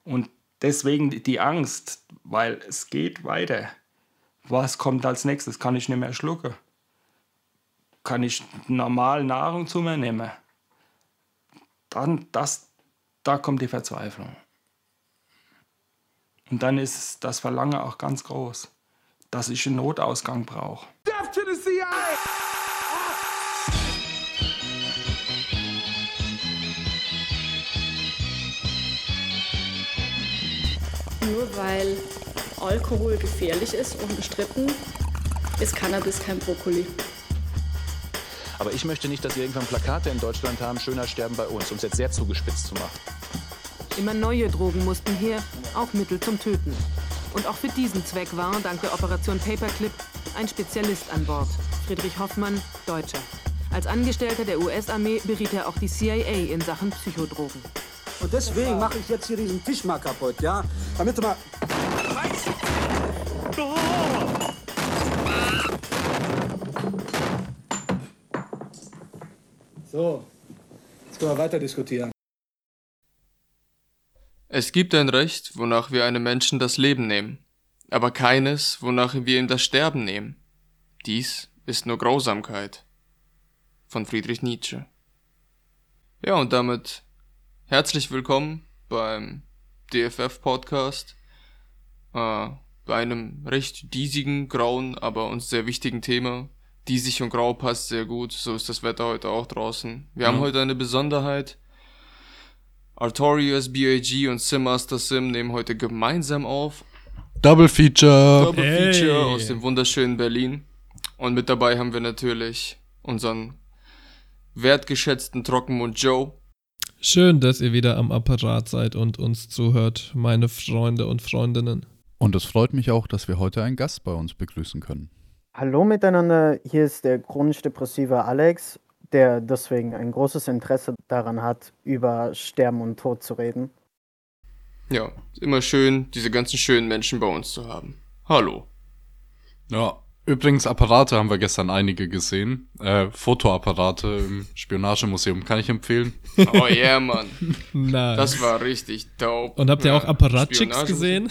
Und deswegen die Angst, weil es geht weiter. Was kommt als nächstes? Kann ich nicht mehr schlucken? Kann ich normal Nahrung zu mir nehmen? Da kommt die Verzweiflung. Und dann ist das Verlangen auch ganz groß, dass ich einen Notausgang brauche. Death to the CIA! Nur weil Alkohol gefährlich ist, unbestritten, ist Cannabis kein Brokkoli. Aber ich möchte nicht, dass wir irgendwann Plakate in Deutschland haben, schöner sterben bei uns, um es jetzt sehr zugespitzt zu machen. Immer neue Drogen mussten her, auch Mittel zum Töten. Und auch für diesen Zweck war, dank der Operation Paperclip, ein Spezialist an Bord. Friedrich Hoffmann, Deutscher. Als Angestellter der US-Armee beriet er auch die CIA in Sachen Psychodrogen. Und deswegen mache ich jetzt hier diesen Tisch mal kaputt, ja? Damit du mal... So, jetzt können wir weiter diskutieren. Es gibt ein Recht, wonach wir einem Menschen das Leben nehmen, aber keines, wonach wir ihm das Sterben nehmen. Dies ist nur Grausamkeit. Von Friedrich Nietzsche. Ja, und damit herzlich willkommen beim DFF-Podcast, bei einem recht diesigen, grauen, aber uns sehr wichtigen Thema. Diesig und grau passt sehr gut, so ist das Wetter heute auch draußen. Wir haben heute eine Besonderheit. Artorias, BAG und Sim Master Sim nehmen heute gemeinsam auf. Double Feature Aus dem wunderschönen Berlin. Und mit dabei haben wir natürlich unseren wertgeschätzten Trockenmund Joe. Schön, dass ihr wieder am Apparat seid und uns zuhört, meine Freunde und Freundinnen. Und es freut mich auch, dass wir heute einen Gast bei uns begrüßen können. Hallo miteinander, hier ist der chronisch depressive Alex, der deswegen ein großes Interesse daran hat, über Sterben und Tod zu reden. Ja, immer schön, diese ganzen schönen Menschen bei uns zu haben. Hallo. Ja, übrigens Apparate haben wir gestern einige gesehen. Fotoapparate im Spionagemuseum kann ich empfehlen. Oh yeah, Mann. Nice. Das war richtig dope. Und habt ihr auch Apparatschicks gesehen?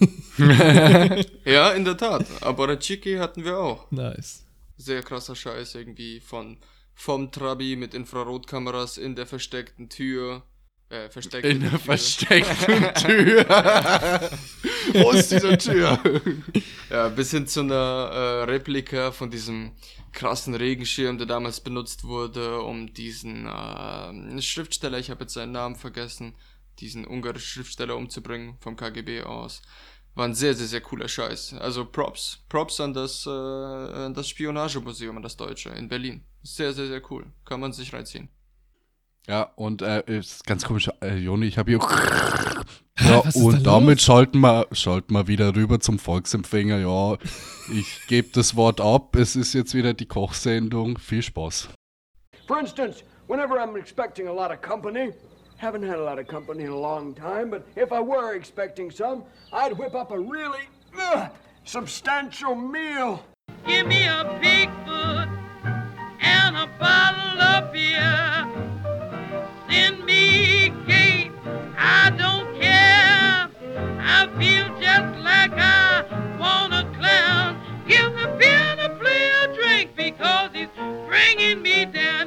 Ja, in der Tat. Apparatschicki hatten wir auch. Nice. Sehr krasser Scheiß irgendwie vom Trabi mit Infrarotkameras in der versteckten Tür. Versteckten Tür. Wo ist diese Tür? Ja, bis hin zu einer Replika von diesem krassen Regenschirm, der damals benutzt wurde, um diesen Schriftsteller, ich habe jetzt seinen Namen vergessen, diesen ungarischen Schriftsteller umzubringen, vom KGB aus. War ein sehr, sehr, sehr cooler Scheiß. Also Props an das Spionagemuseum, an das Deutsche in Berlin. Sehr, sehr, sehr cool. Kann man sich reinziehen. Ja, und ist ganz komisch, Joni, ich habe hier... Ja, und damit los? schalten wir wieder rüber zum Volksempfänger. Ja, ich gebe das Wort ab. Es ist jetzt wieder die Kochsendung. Viel Spaß. For instance, whenever I'm expecting a lot of company, haven't had a lot of company in a long time, but if I were expecting some, I'd whip up a really substantial meal. Give me a Bigfoot and a bottle of beer. Send me Kate, I don't care. I feel just like I want a clown. Give the piano player a drink because he's bringing me down.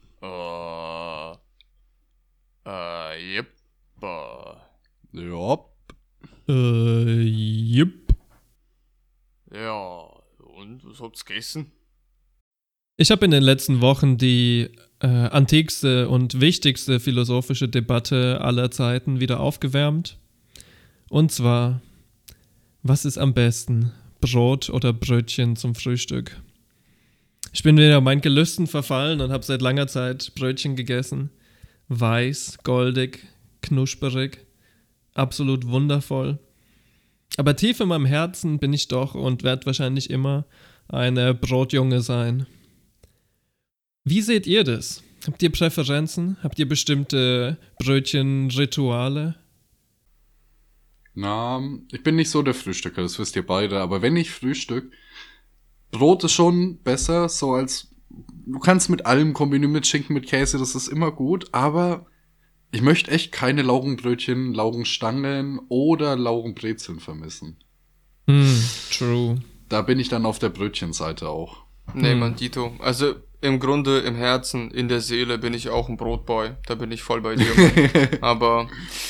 Yep. Yep. Ja, und was habt's gegessen? Ich habe in den letzten Wochen die antikste und wichtigste philosophische Debatte aller Zeiten wieder aufgewärmt. Und zwar, was ist am besten, Brot oder Brötchen zum Frühstück? Ich bin wieder meinen Gelüsten verfallen und habe seit langer Zeit Brötchen gegessen. Weiß, goldig, knusperig, absolut wundervoll. Aber tief in meinem Herzen bin ich doch und werde wahrscheinlich immer eine Brotjunge sein. Wie seht ihr das? Habt ihr Präferenzen? Habt ihr bestimmte Brötchenrituale? Na, ich bin nicht so der Frühstücker, das wisst ihr beide. Aber wenn ich frühstück, Brot ist schon besser, so als... Du kannst mit allem kombinieren, mit Schinken, mit Käse, das ist immer gut. Aber Ich möchte echt keine Laugenbrötchen, Laugenstangen oder Laugenbrezeln vermissen. True. Da bin ich dann auf der Brötchenseite auch. Nee, Mann, Dito. Also im Grunde, im Herzen, in der Seele bin ich auch ein Brotboy. Da bin ich voll bei dir. Aber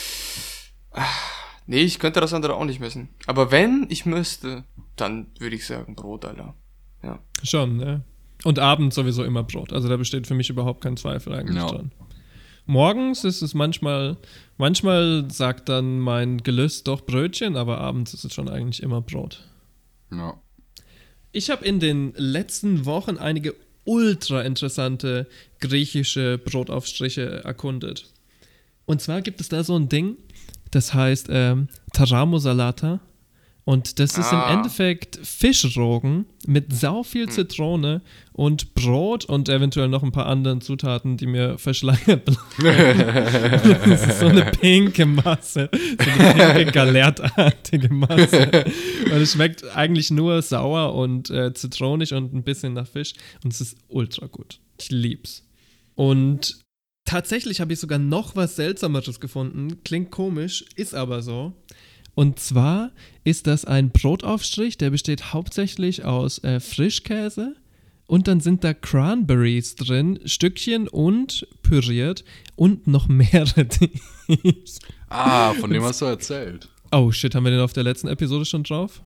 nee, ich könnte das andere auch nicht missen. Aber wenn ich müsste, dann würde ich sagen Brot, Alter. Ja. Schon, ne? Und abends sowieso immer Brot. Also da besteht für mich überhaupt kein Zweifel eigentlich dran. Morgens ist es manchmal sagt dann mein Gelüst doch Brötchen, aber abends ist es schon eigentlich immer Brot. Ja. Ich habe in den letzten Wochen einige ultra interessante griechische Brotaufstriche erkundet. Und zwar gibt es da so ein Ding, das heißt Taramosalata. Und das ist im Endeffekt Fischrogen mit sau viel Zitrone und Brot und eventuell noch ein paar anderen Zutaten, die mir verschleiert bleiben. Das ist so eine pinke Masse, so eine pinke galertartige Masse. Und es schmeckt eigentlich nur sauer und zitronig und ein bisschen nach Fisch. Und es ist ultra gut. Ich lieb's. Und tatsächlich habe ich sogar noch was Seltsameres gefunden. Klingt komisch, ist aber so. Und zwar ist das ein Brotaufstrich, der besteht hauptsächlich aus Frischkäse und dann sind da Cranberries drin, Stückchen und püriert und noch Meerrettich. Von dem hast du erzählt. Oh shit, haben wir den auf der letzten Episode schon drauf?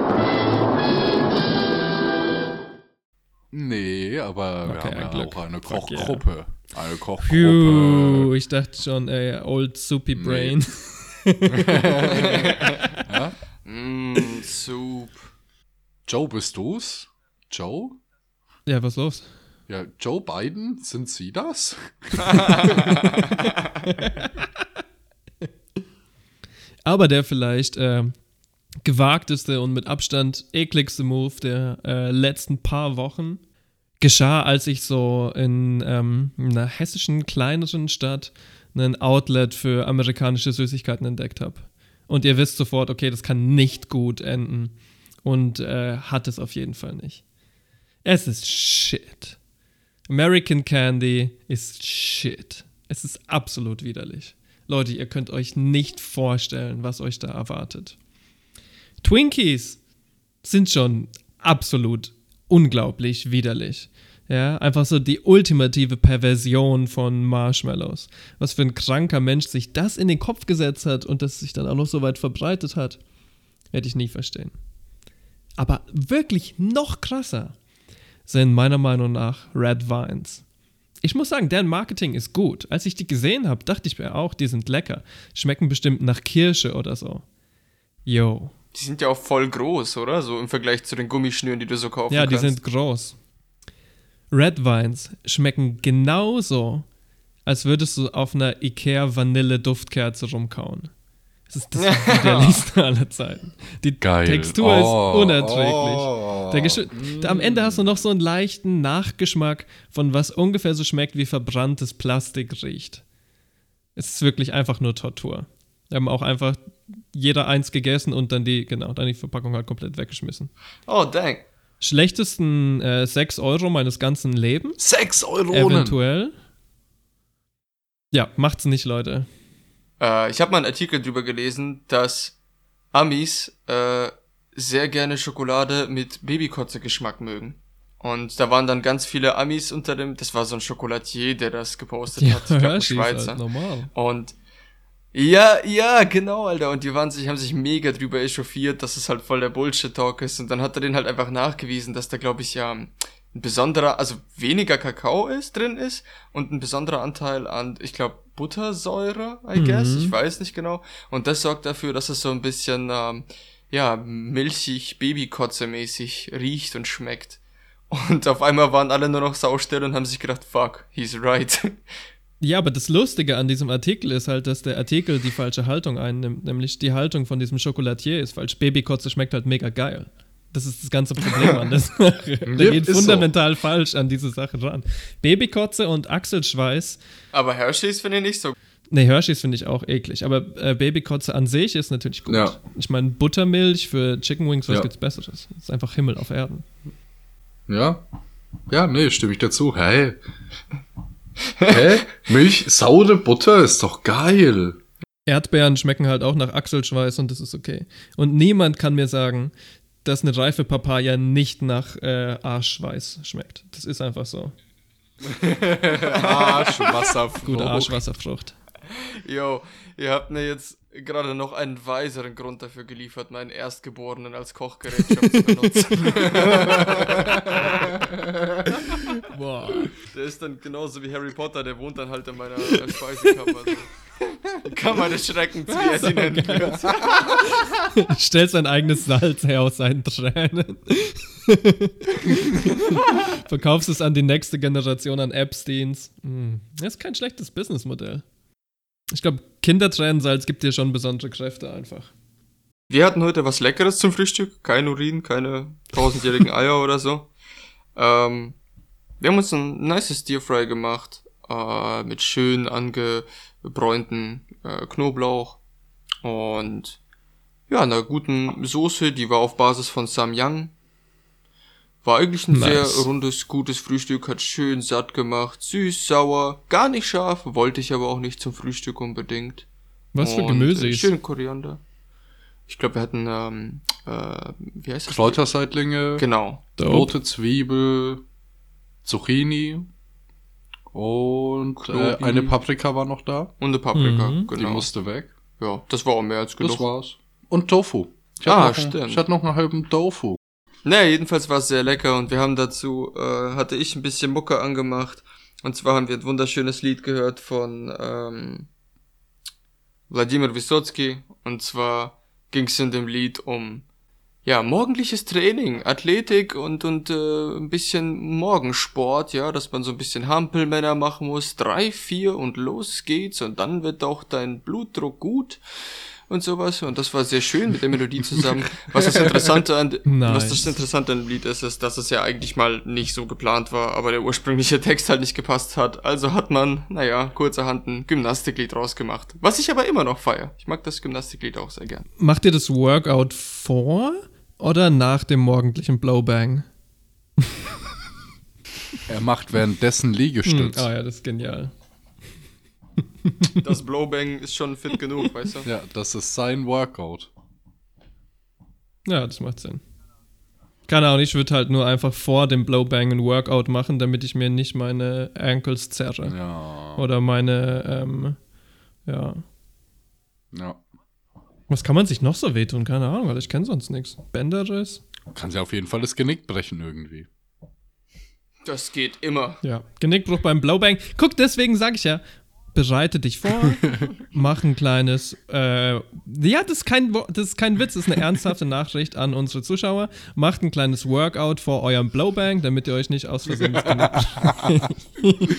Nee, aber okay, wir haben ja auch eine Kochgruppe. Eine Kochgruppe. Phew, ich dachte schon, Old Soupy Brain. Ja? Soup. Joe, bist du's? Joe? Ja, was los? Ja, Joe Biden, sind Sie das? Aber der vielleicht gewagteste und mit Abstand ekligste Move der letzten paar Wochen geschah, als ich so in einer hessischen kleineren Stadt ein Outlet für amerikanische Süßigkeiten entdeckt habe. Und ihr wisst sofort, okay, das kann nicht gut enden. Und hat es auf jeden Fall nicht. Es ist shit. American Candy ist shit. Es ist absolut widerlich. Leute, ihr könnt euch nicht vorstellen, was euch da erwartet. Twinkies sind schon absolut unglaublich widerlich. Ja, einfach so die ultimative Perversion von Marshmallows. Was für ein kranker Mensch sich das in den Kopf gesetzt hat und das sich dann auch noch so weit verbreitet hat, werde ich nie verstehen. Aber wirklich noch krasser sind meiner Meinung nach Red Vines. Ich muss sagen, deren Marketing ist gut. Als ich die gesehen habe, dachte ich mir auch, die sind lecker. Schmecken bestimmt nach Kirsche oder so. Yo. Die sind ja auch voll groß, oder? So im Vergleich zu den Gummischnüren, die du so kaufen kannst. Ja, die sind groß. Red Vines schmecken genauso, als würdest du auf einer Ikea Vanille Duftkerze rumkauen. Das ist das widerlichste aller Zeiten. Die Textur ist unerträglich. Am Ende hast du noch so einen leichten Nachgeschmack von was ungefähr so schmeckt, wie verbranntes Plastik riecht. Es ist wirklich einfach nur Tortur. Wir haben auch einfach jeder eins gegessen und dann die Verpackung halt komplett weggeschmissen. Oh, dang. Schlechtesten 6 Euro meines ganzen Lebens. 6 Euro? Eventuell. Ja, macht's nicht, Leute. Ich habe mal einen Artikel drüber gelesen, dass Amis sehr gerne Schokolade mit Babykotze-Geschmack mögen. Und da waren dann ganz viele Amis unter dem, das war so ein Chocolatier, der das gepostet hat. Ich glaube, ein Schweizer. Halt normal. Und ja, genau, Alter. Und die haben sich mega drüber echauffiert, dass es halt voll der Bullshit-Talk ist. Und dann hat er den halt einfach nachgewiesen, dass da, glaube ich, ja ein besonderer, also weniger Kakao drin ist und ein besonderer Anteil an, ich glaube, Buttersäure, I guess. Ich weiß nicht genau. Und das sorgt dafür, dass es so ein bisschen, milchig, Babykotze-mäßig riecht und schmeckt. Und auf einmal waren alle nur noch saustill und haben sich gedacht, fuck, he's right. Ja, aber das Lustige an diesem Artikel ist halt, dass der Artikel die falsche Haltung einnimmt, nämlich die Haltung von diesem Chocolatier ist falsch. Babykotze schmeckt halt mega geil. Das ist das ganze Problem an der Sache. Der geht fundamental falsch an diese Sache ran. Babykotze und Achselschweiß. Aber Hershey's finde ich nicht so. Nee, Hershey's finde ich auch eklig. Aber Babykotze an sich ist natürlich gut. Ja. Ich meine, Buttermilch für Chicken Wings, was gibt's Besseres? Das ist einfach Himmel auf Erden. Ja. Ja, nee, stimme ich dazu. Hey. Hä? Milch, saure Butter ist doch geil. Erdbeeren schmecken halt auch nach Achselschweiß und das ist okay. Und niemand kann mir sagen, dass eine reife Papaya nicht nach Arschschweiß schmeckt. Das ist einfach so. Arschwasserfrucht. Gute Arschwasserfrucht. Jo, ihr habt mir jetzt gerade noch einen weiseren Grund dafür geliefert, meinen Erstgeborenen als Kochgerätschaft zu benutzen. Boah. Der ist dann genauso wie Harry Potter, der wohnt dann halt in meiner Speisekammer. So. Kammer des Schreckens, wie er sie nennt. Stellt sein eigenes Salz her aus seinen Tränen. Verkaufst es an die nächste Generation an Epsteins. Das ist kein schlechtes Businessmodell. Ich glaube, Kindertränensalz gibt dir schon besondere Kräfte einfach. Wir hatten heute was Leckeres zum Frühstück. Kein Urin, keine 1000-jährigen Eier oder so. Wir haben uns ein nices Stir-Fry gemacht. Mit schön angebräunten Knoblauch. Und ja, einer guten Soße, die war auf Basis von Samyang. War eigentlich ein sehr rundes, gutes Frühstück, hat schön satt gemacht, süß, sauer, gar nicht scharf, wollte ich aber auch nicht zum Frühstück unbedingt. Was für Gemüse ist? Schön Koriander. Ich glaube, wir hatten, wie heißt das? Kräuterseitlinge, genau. Rote Zwiebel, Zucchini und eine Paprika war noch da. Und eine Paprika, genau. Die musste weg. Ja, das war auch mehr als genug. Das war's. Und Tofu. Stimmt. Ich hatte noch einen halben Tofu. Naja, jedenfalls war es sehr lecker und wir haben dazu, hatte ich ein bisschen Mucke angemacht. Und zwar haben wir ein wunderschönes Lied gehört von Wladimir Wysotsky. Und zwar ging es in dem Lied um morgendliches Training, Athletik und ein bisschen Morgensport, ja, dass man so ein bisschen Hampelmänner machen muss. 3, 4 und los geht's und dann wird auch dein Blutdruck gut. Und sowas. Und das war sehr schön mit der Melodie zusammen. Was das Interessante an dem Lied ist, dass es ja eigentlich mal nicht so geplant war, aber der ursprüngliche Text halt nicht gepasst hat. Also hat man, kurzerhand ein Gymnastiklied rausgemacht. Was ich aber immer noch feiere. Ich mag das Gymnastiklied auch sehr gern. Macht ihr das Workout vor oder nach dem morgendlichen Blowbang? Er macht währenddessen Liegestütz. Ja, das ist genial. Das Blowbang ist schon fit genug, weißt du? Ja, das ist sein Workout. Ja, das macht Sinn. Keine Ahnung, ich würde halt nur einfach vor dem Blowbang ein Workout machen, damit ich mir nicht meine Ankles zerre. Ja. Oder meine, Ja. Was kann man sich noch so wehtun? Keine Ahnung, weil ich kenne sonst nichts. Bänderriss? Kann sich auf jeden Fall das Genick brechen irgendwie. Das geht immer. Ja, Genickbruch beim Blowbang. Guck, deswegen sage ich ja, bereite dich vor, mach ein kleines, das ist kein Witz, das ist eine ernsthafte Nachricht an unsere Zuschauer. Macht ein kleines Workout vor eurem Blowbang, damit ihr euch nicht aus Versehen das Genick bricht.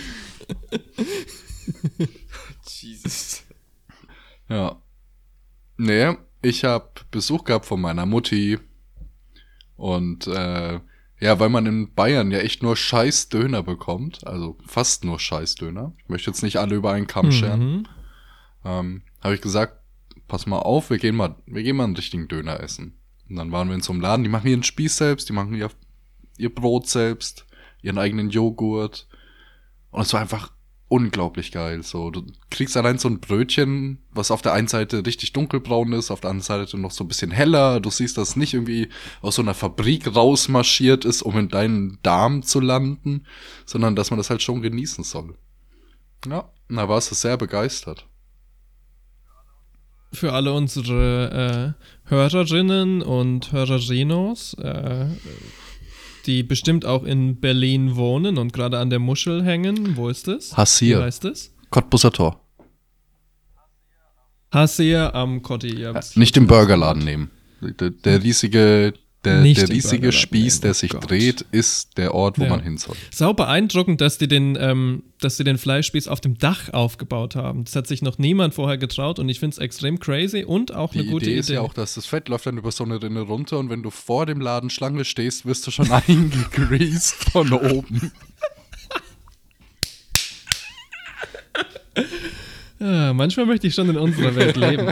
Jesus. Ja. Nee, ich habe Besuch gehabt von meiner Mutti und weil man in Bayern ja echt nur scheiß Döner bekommt, also fast nur scheiß Döner. Ich möchte jetzt nicht alle über einen Kamm scheren. Habe ich gesagt, pass mal auf, wir gehen mal einen richtigen Döner essen. Und dann waren wir in so einem Laden, die machen ihren Spieß selbst, die machen ihr Brot selbst, ihren eigenen Joghurt. Und es war einfach unglaublich geil. So, du kriegst allein so ein Brötchen, was auf der einen Seite richtig dunkelbraun ist, auf der anderen Seite noch so ein bisschen heller. Du siehst, dass es nicht irgendwie aus so einer Fabrik rausmarschiert ist, um in deinen Darm zu landen, sondern dass man das halt schon genießen soll. Ja, da warst du sehr begeistert. Für alle unsere Hörerinnen und Hörerinos, die bestimmt auch in Berlin wohnen und gerade an der Muschel hängen. Wo ist das? Hassier. Wie heißt das? Cottbusser Tor. Hassier am Kotti. Ja, nicht im Burgerladen nehmen. Der riesige Spieß, der sich dreht, ist der Ort, wo man hin soll. Sau beeindruckend, dass die den Fleischspieß auf dem Dach aufgebaut haben. Das hat sich noch niemand vorher getraut und ich finde es extrem crazy und auch eine gute Idee. Die Idee ist ja auch, dass das Fett läuft dann über so eine Rinne runter und wenn du vor dem Laden Schlange stehst, wirst du schon eingegreased von oben. Ja, manchmal möchte ich schon in unserer Welt leben.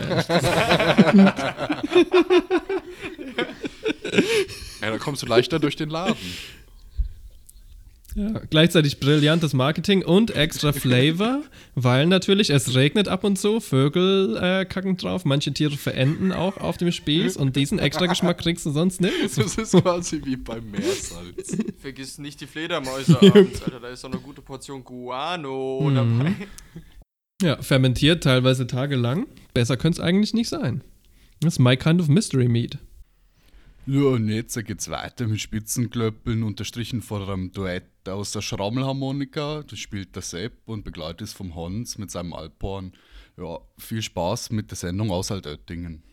Ja, da kommst du leichter durch den Laden. Ja, gleichzeitig brillantes Marketing und extra Flavor, weil natürlich es regnet ab und zu, Vögel kacken drauf, manche Tiere verenden auch auf dem Spieß und diesen extra Geschmack kriegst du sonst nirgends. Das ist quasi wie beim Meersalz. Vergiss nicht die Fledermäuse abends, Alter, da ist auch eine gute Portion Guano dabei. Ja, fermentiert teilweise tagelang. Besser könnte es eigentlich nicht sein. Das ist my kind of mystery meat. Ja, und jetzt geht's weiter mit Spitzenklöppeln, unterstrichen vor einem Duett aus der Schrammelharmonika. Das spielt der Sepp und begleitet es vom Hans mit seinem Alphorn. Ja, viel Spaß mit der Sendung aus Altöttingen.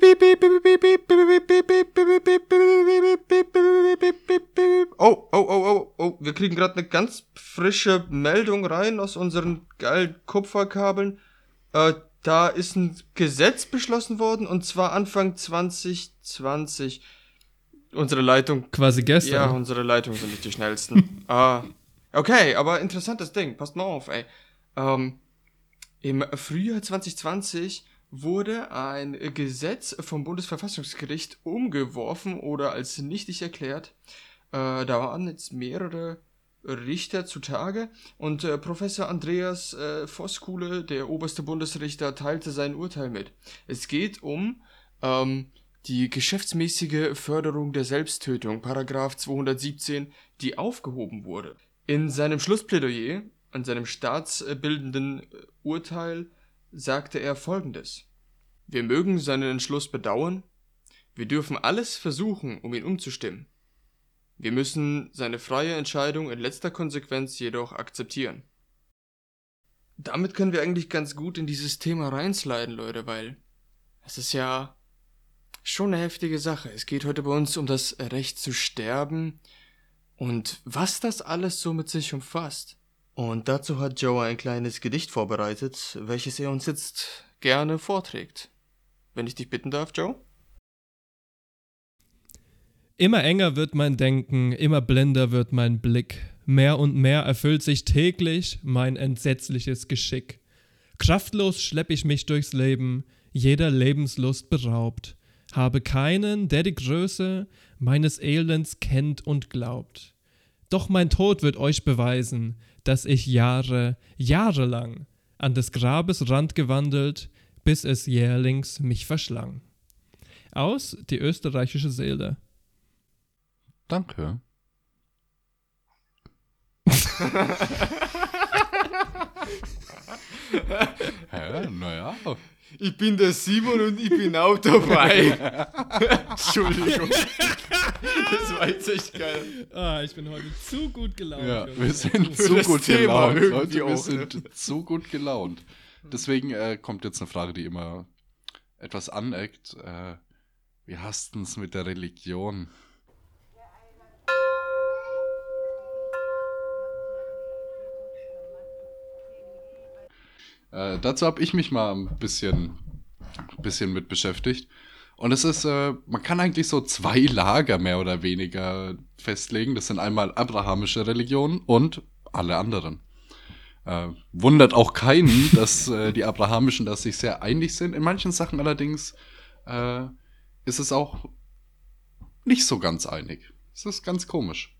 Oh, wir kriegen gerade eine ganz frische Meldung rein aus unseren geilen Kupferkabeln. Da ist ein Gesetz beschlossen worden und zwar Anfang 2020. Unsere Leitung. Quasi gestern. Ja, unsere Leitungen sind nicht die schnellsten. Okay, aber interessantes Ding. Passt mal auf, ey. Im Frühjahr 2020 wurde ein Gesetz vom Bundesverfassungsgericht umgeworfen oder als nichtig erklärt. Da waren jetzt mehrere Richter zutage und Professor Andreas Voskuhle, der oberste Bundesrichter, teilte sein Urteil mit. Es geht um die geschäftsmäßige Förderung der Selbsttötung, Paragraph 217, die aufgehoben wurde. In seinem Schlussplädoyer, an seinem staatsbildenden Urteil, sagte er Folgendes: Wir mögen seinen Entschluss bedauern, wir dürfen alles versuchen, um ihn umzustimmen. Wir müssen seine freie Entscheidung in letzter Konsequenz jedoch akzeptieren. Damit können wir eigentlich ganz gut in dieses Thema reinsliden, Leute, weil es ist ja schon eine heftige Sache. Es geht heute bei uns um das Recht zu sterben und was das alles so mit sich umfasst. Und dazu hat Joe ein kleines Gedicht vorbereitet, welches er uns jetzt gerne vorträgt. Wenn ich dich bitten darf, Joe? Immer enger wird mein Denken, immer blinder wird mein Blick. Mehr und mehr erfüllt sich täglich mein entsetzliches Geschick. Kraftlos schlepp ich mich durchs Leben, jeder Lebenslust beraubt. Habe keinen, der die Größe meines Elends kennt und glaubt. Doch mein Tod wird euch beweisen, dass ich jahrelang an des Grabes Rand gewandelt, bis es jählings mich verschlang. Aus Die österreichische Seele. Danke. Ja, naja. Ich bin der Simon und ich bin auch dabei. Entschuldigung. Das war jetzt echt geil. Ich bin heute zu gut gelaunt. Ja, wir sind zu gut gelaunt. Leute, wir sind zu gut gelaunt. Deswegen kommt jetzt eine Frage, die immer etwas aneckt. Wie hast du's mit der Religion? Dazu habe ich mich mal ein bisschen mit beschäftigt. Und es ist, man kann eigentlich so 2 Lager mehr oder weniger festlegen. Das sind einmal abrahamische Religionen und alle anderen. Wundert auch keinen, dass die Abrahamischen da sich sehr einig sind. In manchen Sachen allerdings ist es auch nicht so ganz einig. Es ist ganz komisch.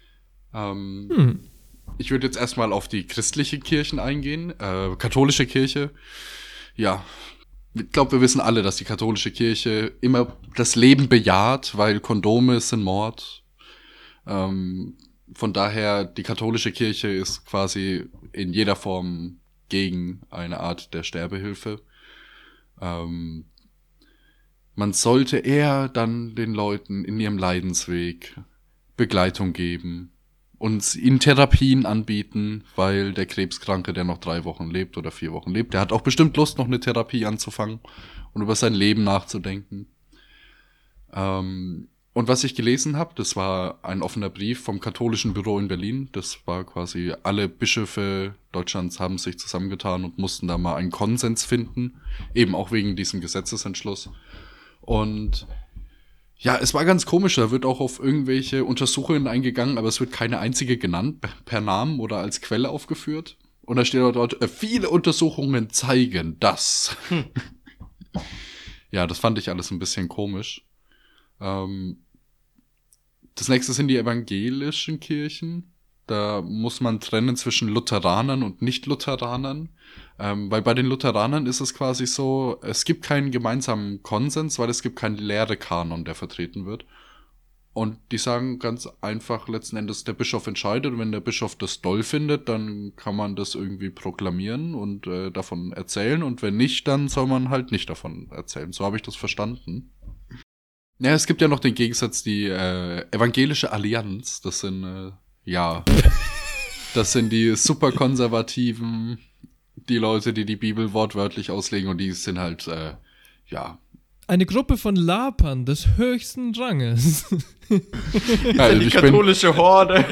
Ich würde jetzt erstmal auf die christliche Kirchen eingehen. Katholische Kirche, ja, ich glaube, wir wissen alle, dass die katholische Kirche immer das Leben bejaht, weil Kondome sind Mord. Von daher, die katholische Kirche ist quasi in jeder Form gegen eine Art der Sterbehilfe. Man sollte eher dann den Leuten in ihrem Leidensweg Begleitung geben und ihnen Therapien anbieten, weil der Krebskranke, der noch 3 Wochen lebt oder 4 Wochen lebt, der hat auch bestimmt Lust, noch eine Therapie anzufangen und über sein Leben nachzudenken. Und was ich gelesen habe, das war ein offener Brief vom katholischen Büro in Berlin. Das war quasi, alle Bischöfe Deutschlands haben sich zusammengetan und mussten da mal einen Konsens finden, eben auch wegen diesem Gesetzesentschluss. Und ja, es war ganz komisch, da wird auch auf irgendwelche Untersuchungen eingegangen, aber es wird keine einzige genannt, per Namen oder als Quelle aufgeführt. Und da steht dort, viele Untersuchungen zeigen das. Ja, das fand ich alles ein bisschen komisch. Das nächste sind die evangelischen Kirchen. Da muss man trennen zwischen Lutheranern und Nicht-Lutheranern. Weil bei den Lutheranern ist es quasi so, es gibt keinen gemeinsamen Konsens, weil es gibt keinen Lehrekanon, der vertreten wird. Und die sagen ganz einfach letzten Endes, der Bischof entscheidet. Und wenn der Bischof das doll findet, dann kann man das irgendwie proklamieren und davon erzählen. Und wenn nicht, dann soll man halt nicht davon erzählen. So habe ich das verstanden. Ja, es gibt ja noch den Gegensatz, die Evangelische Allianz. Das sind, das sind die Superkonservativen, die Leute, die die Bibel wortwörtlich auslegen. Und die sind halt, Eine Gruppe von Lapern des höchsten Ranges. Also die katholische Horde.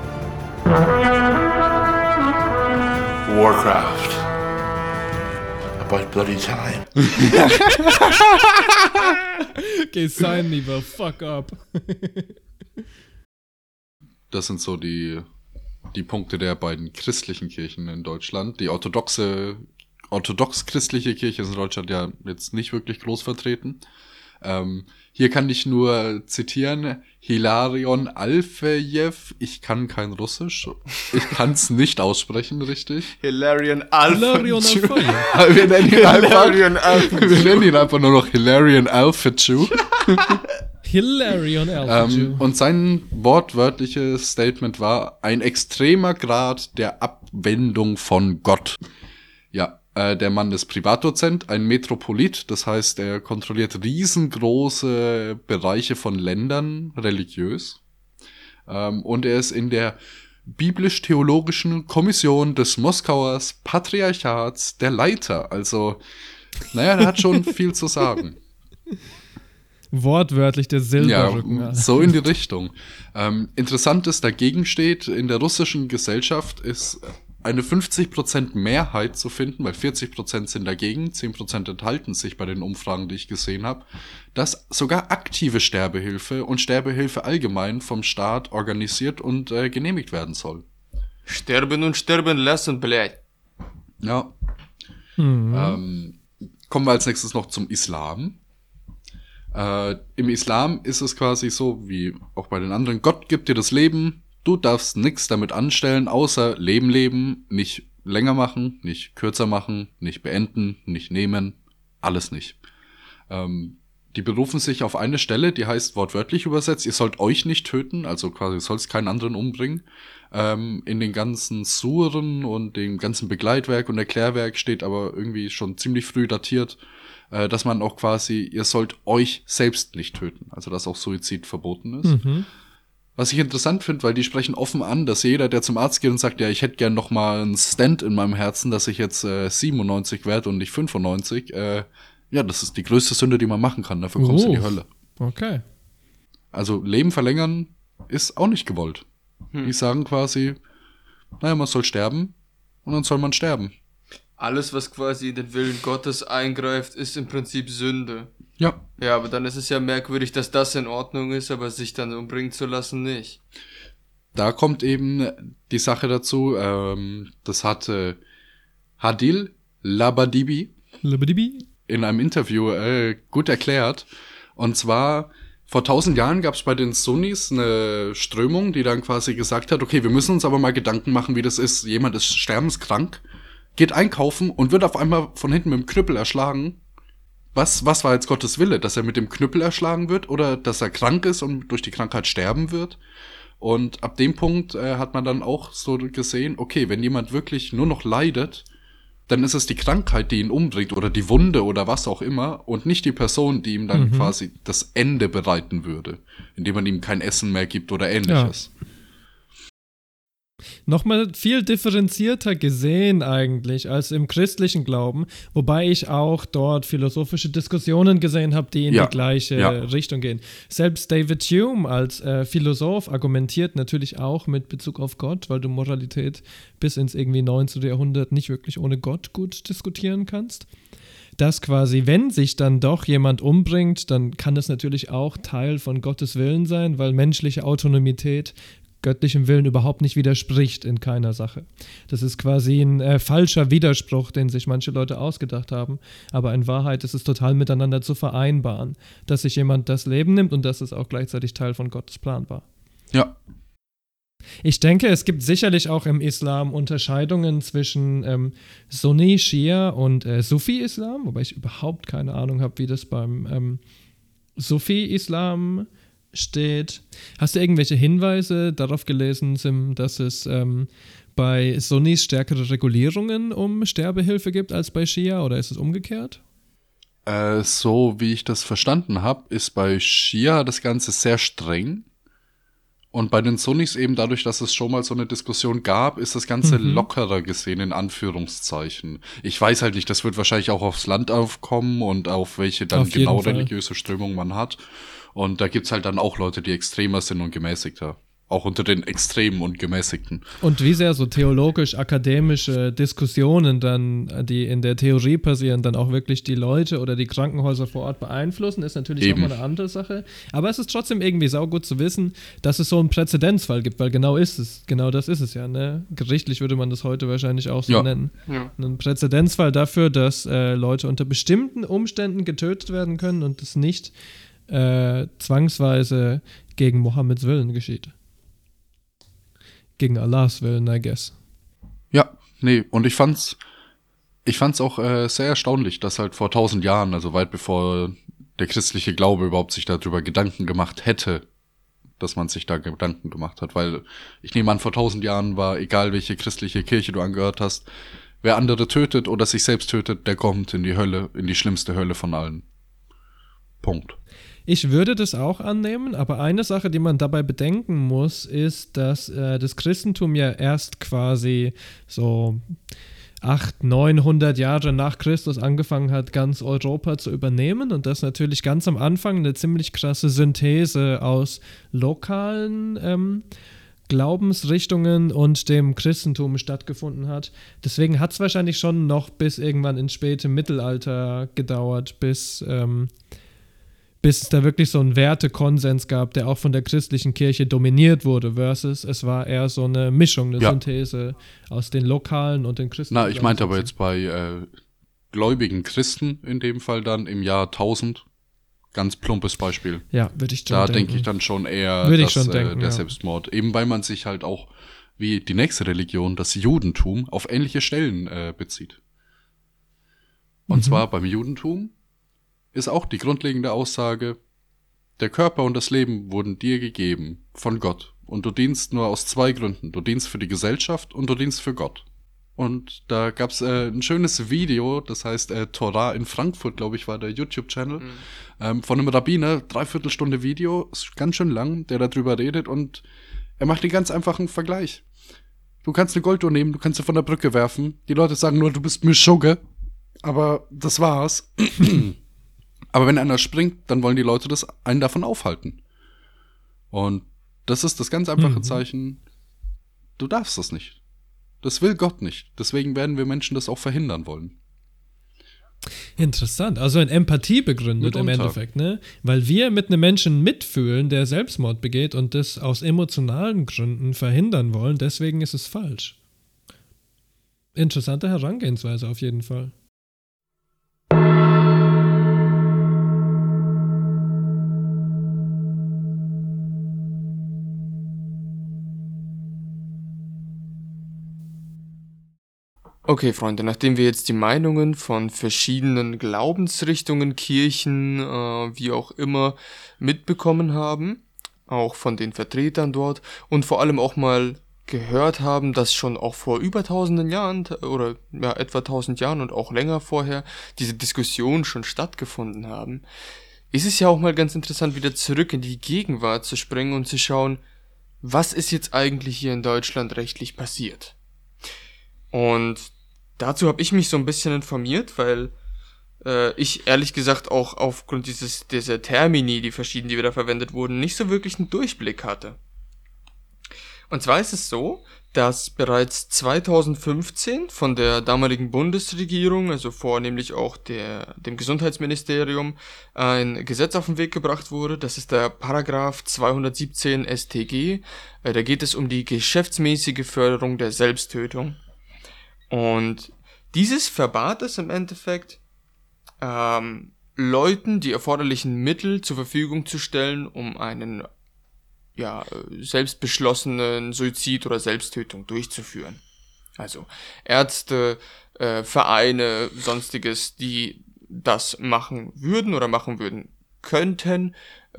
Warcraft. About bloody time. Okay, sign lieber, fuck up. Das sind so die Punkte der beiden christlichen Kirchen in Deutschland. Die orthodox-christliche Kirche ist in Deutschland ja jetzt nicht wirklich groß vertreten. Hier kann ich nur zitieren, Hilarion Alfejew, ich kann kein Russisch, ich kann es nicht aussprechen richtig. Hilarion Alfejew. Wir nennen ihn einfach nur noch Hilarion Alfejew. Hilarion Alfejew. Und sein wortwörtliches Statement war, ein extremer Grad der Abwendung von Gott. Ja. Der Mann ist Privatdozent, ein Metropolit, das heißt, er kontrolliert riesengroße Bereiche von Ländern religiös. Und er ist in der biblisch-theologischen Kommission des Moskauer Patriarchats der Leiter. Also, der hat schon viel zu sagen. Wortwörtlich der Silberrücken. Ja, so in die Richtung. Interessant ist, dagegen steht, in der russischen Gesellschaft ist eine 50% Mehrheit zu finden, weil 40% sind dagegen, 10% enthalten sich bei den Umfragen, die ich gesehen habe, dass sogar aktive Sterbehilfe und Sterbehilfe allgemein vom Staat organisiert und genehmigt werden soll. Sterben und sterben lassen, blöd. Ja. Kommen wir als nächstes noch zum Islam. Im Islam ist es quasi so, wie auch bei den anderen, Gott gibt dir das Leben, du darfst nichts damit anstellen, außer leben, nicht länger machen, nicht kürzer machen, nicht beenden, nicht nehmen, alles nicht. Die berufen sich auf eine Stelle, die heißt wortwörtlich übersetzt, ihr sollt euch nicht töten, also quasi ihr sollt keinen anderen umbringen. In den ganzen Suren und dem ganzen Begleitwerk und Erklärwerk steht aber irgendwie schon ziemlich früh datiert, dass man auch quasi, ihr sollt euch selbst nicht töten, also dass auch Suizid verboten ist. Mhm. Was ich interessant finde, weil die sprechen offen an, dass jeder, der zum Arzt geht und sagt, ja, ich hätte gern noch mal einen Stent in meinem Herzen, dass ich jetzt 97 werde und nicht 95, das ist die größte Sünde, die man machen kann, dafür kommst du in die Hölle. Okay. Also Leben verlängern ist auch nicht gewollt. Die sagen quasi, man soll sterben und dann soll man sterben. Alles, was quasi in den Willen Gottes eingreift, ist im Prinzip Sünde. Ja. Ja, aber dann ist es ja merkwürdig, dass das in Ordnung ist, aber sich dann umbringen zu lassen nicht. Da kommt eben die Sache dazu, das hatte Hadil Labadibi in einem Interview gut erklärt. Und zwar, vor 1000 Jahren gab es bei den Sunnis eine Strömung, die dann quasi gesagt hat, okay, wir müssen uns aber mal Gedanken machen, wie das ist. Jemand ist sterbenskrank, geht einkaufen und wird auf einmal von hinten mit dem Knüppel erschlagen. Was war jetzt Gottes Wille? Dass er mit dem Knüppel erschlagen wird oder dass er krank ist und durch die Krankheit sterben wird? Und ab dem Punkt hat man dann auch so gesehen, okay, wenn jemand wirklich nur noch leidet, dann ist es die Krankheit, die ihn umbringt oder die Wunde oder was auch immer und nicht die Person, die ihm dann quasi das Ende bereiten würde, indem man ihm kein Essen mehr gibt oder ähnliches. Ja. Nochmal viel differenzierter gesehen eigentlich als im christlichen Glauben, wobei ich auch dort philosophische Diskussionen gesehen habe, die in die gleiche Richtung gehen. Selbst David Hume als Philosoph argumentiert natürlich auch mit Bezug auf Gott, weil du Moralität bis ins irgendwie 19. Jahrhundert nicht wirklich ohne Gott gut diskutieren kannst. Dass quasi, wenn sich dann doch jemand umbringt, dann kann es natürlich auch Teil von Gottes Willen sein, weil menschliche Autonomität göttlichem Willen überhaupt nicht widerspricht in keiner Sache. Das ist quasi ein falscher Widerspruch, den sich manche Leute ausgedacht haben, aber in Wahrheit ist es total miteinander zu vereinbaren, dass sich jemand das Leben nimmt und das ist auch gleichzeitig Teil von Gottes Plan war. Ja. Ich denke, es gibt sicherlich auch im Islam Unterscheidungen zwischen Sunni, Schia und Sufi-Islam, wobei ich überhaupt keine Ahnung habe, wie das beim Sufi-Islam steht. Hast du irgendwelche Hinweise darauf gelesen, Sim, dass es bei Sunnis stärkere Regulierungen um Sterbehilfe gibt als bei Schia, oder ist es umgekehrt? So wie ich das verstanden habe, ist bei Schia das Ganze sehr streng. Und bei den Sunnis eben dadurch, dass es schon mal so eine Diskussion gab, ist das Ganze lockerer gesehen, in Anführungszeichen. Ich weiß halt nicht, das wird wahrscheinlich auch aufs Land aufkommen und auf welche dann Auf jeden genau Fall. religiöse Strömung man hat. Und da gibt's halt dann auch Leute, die extremer sind und gemäßigter. Auch unter den Extremen und Gemäßigten. Und wie sehr so theologisch-akademische Diskussionen dann, die in der Theorie passieren, dann auch wirklich die Leute oder die Krankenhäuser vor Ort beeinflussen, ist natürlich Eben. nochmal eine andere Sache. Aber es ist trotzdem irgendwie saugut zu wissen, dass es so einen Präzedenzfall gibt, weil genau das ist es ja, ne? Gerichtlich würde man das heute wahrscheinlich auch so nennen. Ja. Ein Präzedenzfall dafür, dass Leute unter bestimmten Umständen getötet werden können und es nicht zwangsweise gegen Mohammeds Willen geschieht. Gegen Allahs Willen, I guess. Ja, nee, und ich fand's auch sehr erstaunlich, dass halt vor 1000 Jahren, also weit bevor der christliche Glaube überhaupt sich darüber Gedanken gemacht hätte, dass man sich da Gedanken gemacht hat, weil ich nehme an, vor 1000 Jahren war, egal welche christliche Kirche du angehört hast, wer andere tötet oder sich selbst tötet, der kommt in die Hölle, in die schlimmste Hölle von allen. Punkt. Ich würde das auch annehmen, aber eine Sache, die man dabei bedenken muss, ist, dass das Christentum ja erst quasi so 800-900 Jahre nach Christus angefangen hat, ganz Europa zu übernehmen und dass natürlich ganz am Anfang eine ziemlich krasse Synthese aus lokalen Glaubensrichtungen und dem Christentum stattgefunden hat. Deswegen hat es wahrscheinlich schon noch bis irgendwann ins späte Mittelalter gedauert, bis es da wirklich so einen Wertekonsens gab, der auch von der christlichen Kirche dominiert wurde, versus es war eher so eine Mischung, eine Synthese aus den lokalen und den christlichen. Na, ich meinte aber jetzt bei gläubigen Christen in dem Fall dann im Jahr 1000, ganz plumpes Beispiel. Ja, würde ich schon da denken. denke ich dann schon eher, der Selbstmord, eben weil man sich halt auch, wie die nächste Religion, das Judentum, auf ähnliche Stellen bezieht. Und zwar beim Judentum ist auch die grundlegende Aussage, der Körper und das Leben wurden dir gegeben von Gott und du dienst nur aus 2 Gründen. Du dienst für die Gesellschaft und du dienst für Gott. Und da gab's ein schönes Video, das heißt Torah in Frankfurt, glaube ich, war der YouTube-Channel, von einem Rabbiner, 3/4 Stunde Video, ist ganz schön lang, der darüber redet und er macht den ganz einfachen Vergleich. Du kannst eine Golduhr nehmen, du kannst sie von der Brücke werfen, die Leute sagen nur, du bist Mischugge, aber das war's. Aber wenn einer springt, dann wollen die Leute einen davon aufhalten. Und das ist das ganz einfache Zeichen, du darfst das nicht. Das will Gott nicht. Deswegen werden wir Menschen das auch verhindern wollen. Interessant, also in Empathie begründet im Endeffekt, ne? Weil wir mit einem Menschen mitfühlen, der Selbstmord begeht und das aus emotionalen Gründen verhindern wollen, deswegen ist es falsch. Interessante Herangehensweise auf jeden Fall. Okay, Freunde, nachdem wir jetzt die Meinungen von verschiedenen Glaubensrichtungen, Kirchen, wie auch immer, mitbekommen haben, auch von den Vertretern dort und vor allem auch mal gehört haben, dass schon auch vor über 1000 Jahren oder ja, etwa 1000 Jahren und auch länger vorher diese Diskussionen schon stattgefunden haben, ist es ja auch mal ganz interessant, wieder zurück in die Gegenwart zu springen und zu schauen, was ist jetzt eigentlich hier in Deutschland rechtlich passiert. Und dazu habe ich mich so ein bisschen informiert, weil ich ehrlich gesagt auch aufgrund dieser Termini, die verschiedenen, die wieder verwendet wurden, nicht so wirklich einen Durchblick hatte. Und zwar ist es so, dass bereits 2015 von der damaligen Bundesregierung, also vornehmlich auch dem Gesundheitsministerium, ein Gesetz auf den Weg gebracht wurde. Das ist der Paragraph 217 StG. Da geht es um die geschäftsmäßige Förderung der Selbsttötung. Und dieses verbat es im Endeffekt, Leuten die erforderlichen Mittel zur Verfügung zu stellen, um einen selbst beschlossenen Suizid oder Selbsttötung durchzuführen. Also Ärzte, Vereine, sonstiges, die das machen würden oder machen würden könnten,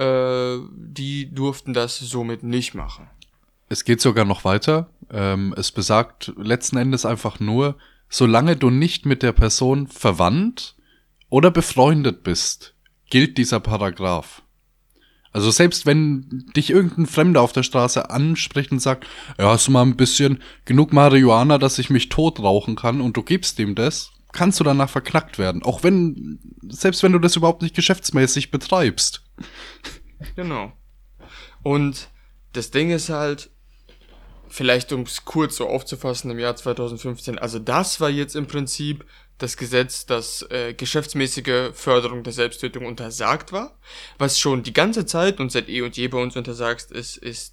die durften das somit nicht machen. Es geht sogar noch weiter. Es besagt letzten Endes einfach nur, solange du nicht mit der Person verwandt oder befreundet bist, gilt dieser Paragraph. Also selbst wenn dich irgendein Fremder auf der Straße anspricht und sagt, ja, hast du mal ein bisschen genug Marihuana, dass ich mich tot rauchen kann, und du gibst ihm das, kannst du danach verknackt werden. Selbst wenn du das überhaupt nicht geschäftsmäßig betreibst. Genau. Und das Ding ist halt, vielleicht um es kurz so aufzufassen, im Jahr 2015, also das war jetzt im Prinzip das Gesetz, das geschäftsmäßige Förderung der Selbsttötung untersagt war. Was schon die ganze Zeit und seit eh und je bei uns untersagt ist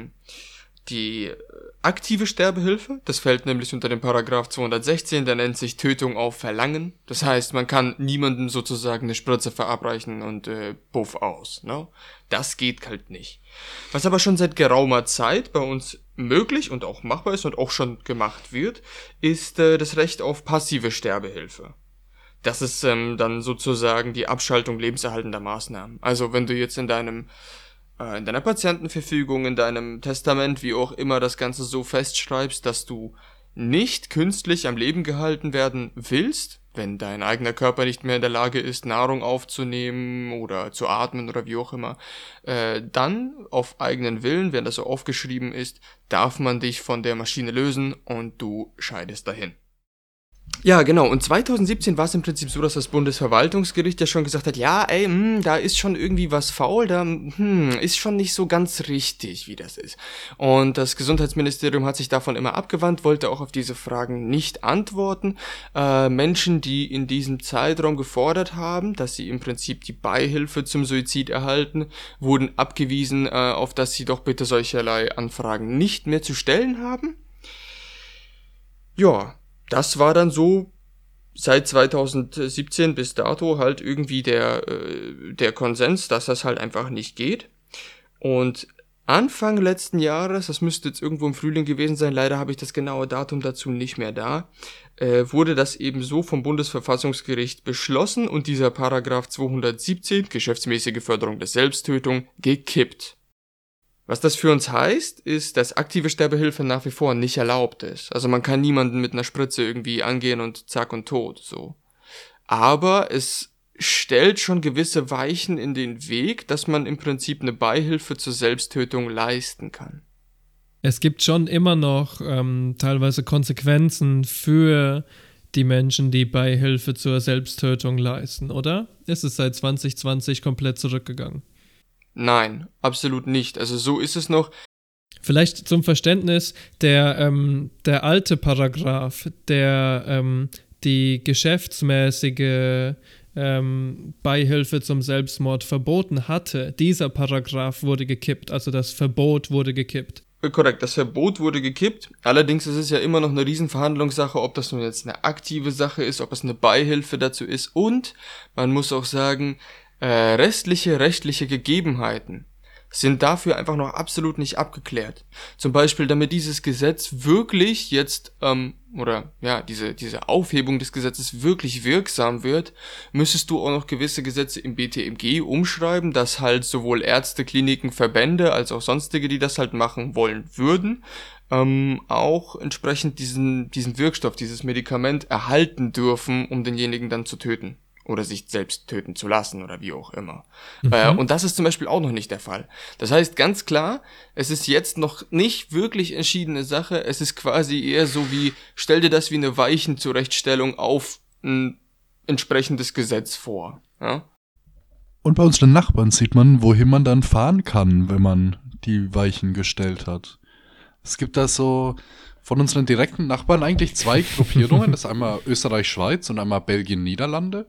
die aktive Sterbehilfe. Das fällt nämlich unter den Paragraph 216, der nennt sich Tötung auf Verlangen. Das heißt, man kann niemandem sozusagen eine Spritze verabreichen und puff aus. Ne? Das geht halt nicht. Was aber schon seit geraumer Zeit bei uns möglich und auch machbar ist und auch schon gemacht wird, ist das Recht auf passive Sterbehilfe. Das ist dann sozusagen die Abschaltung lebenserhaltender Maßnahmen. Also wenn du jetzt in deiner Patientenverfügung, in deinem Testament, wie auch immer das Ganze so festschreibst, dass du nicht künstlich am Leben gehalten werden willst, wenn dein eigener Körper nicht mehr in der Lage ist, Nahrung aufzunehmen oder zu atmen oder wie auch immer, dann auf eigenen Willen, wenn das so aufgeschrieben ist, darf man dich von der Maschine lösen und du scheidest dahin. Ja, genau. Und 2017 war es im Prinzip so, dass das Bundesverwaltungsgericht ja schon gesagt hat, ja, da ist schon irgendwie was faul, da ist schon nicht so ganz richtig, wie das ist. Und das Gesundheitsministerium hat sich davon immer abgewandt, wollte auch auf diese Fragen nicht antworten. Menschen, die in diesem Zeitraum gefordert haben, dass sie im Prinzip die Beihilfe zum Suizid erhalten, wurden abgewiesen, auf dass sie doch bitte solcherlei Anfragen nicht mehr zu stellen haben. Ja, das war dann so seit 2017 bis dato halt irgendwie der Konsens, dass das halt einfach nicht geht. Und Anfang letzten Jahres, das müsste jetzt irgendwo im Frühling gewesen sein, leider habe ich das genaue Datum dazu nicht mehr da, wurde das eben so vom Bundesverfassungsgericht beschlossen und dieser Paragraph 217, geschäftsmäßige Förderung der Selbsttötung, gekippt. Was das für uns heißt, ist, dass aktive Sterbehilfe nach wie vor nicht erlaubt ist. Also man kann niemanden mit einer Spritze irgendwie angehen und zack und tot, so. Aber es stellt schon gewisse Weichen in den Weg, dass man im Prinzip eine Beihilfe zur Selbsttötung leisten kann. Es gibt schon immer noch teilweise Konsequenzen für die Menschen, die Beihilfe zur Selbsttötung leisten, oder? Ist es seit 2020 komplett zurückgegangen? Nein, absolut nicht. Also so ist es noch. Vielleicht zum Verständnis, der alte Paragraph, der die geschäftsmäßige Beihilfe zum Selbstmord verboten hatte, dieser Paragraph wurde gekippt, also das Verbot wurde gekippt. Korrekt, das Verbot wurde gekippt. Allerdings ist es ja immer noch eine Riesenverhandlungssache, ob das nun jetzt eine aktive Sache ist, ob es eine Beihilfe dazu ist. Und man muss auch sagen, restliche rechtliche Gegebenheiten sind dafür einfach noch absolut nicht abgeklärt. Zum Beispiel, damit dieses Gesetz wirklich jetzt, diese Aufhebung des Gesetzes wirklich wirksam wird, müsstest du auch noch gewisse Gesetze im BTMG umschreiben, dass halt sowohl Ärzte, Kliniken, Verbände als auch sonstige, die das halt machen wollen würden, auch entsprechend diesen Wirkstoff, dieses Medikament erhalten dürfen, um denjenigen dann zu töten. Oder sich selbst töten zu lassen oder wie auch immer. Und das ist zum Beispiel auch noch nicht der Fall. Das heißt ganz klar, es ist jetzt noch nicht wirklich entschiedene Sache. Es ist quasi eher so wie, stell dir das wie eine Weichenzurechtstellung auf ein entsprechendes Gesetz vor. Ja? Und bei unseren Nachbarn sieht man, wohin man dann fahren kann, wenn man die Weichen gestellt hat. Es gibt da so von unseren direkten Nachbarn eigentlich zwei Gruppierungen. Das ist einmal Österreich-Schweiz und einmal Belgien-Niederlande.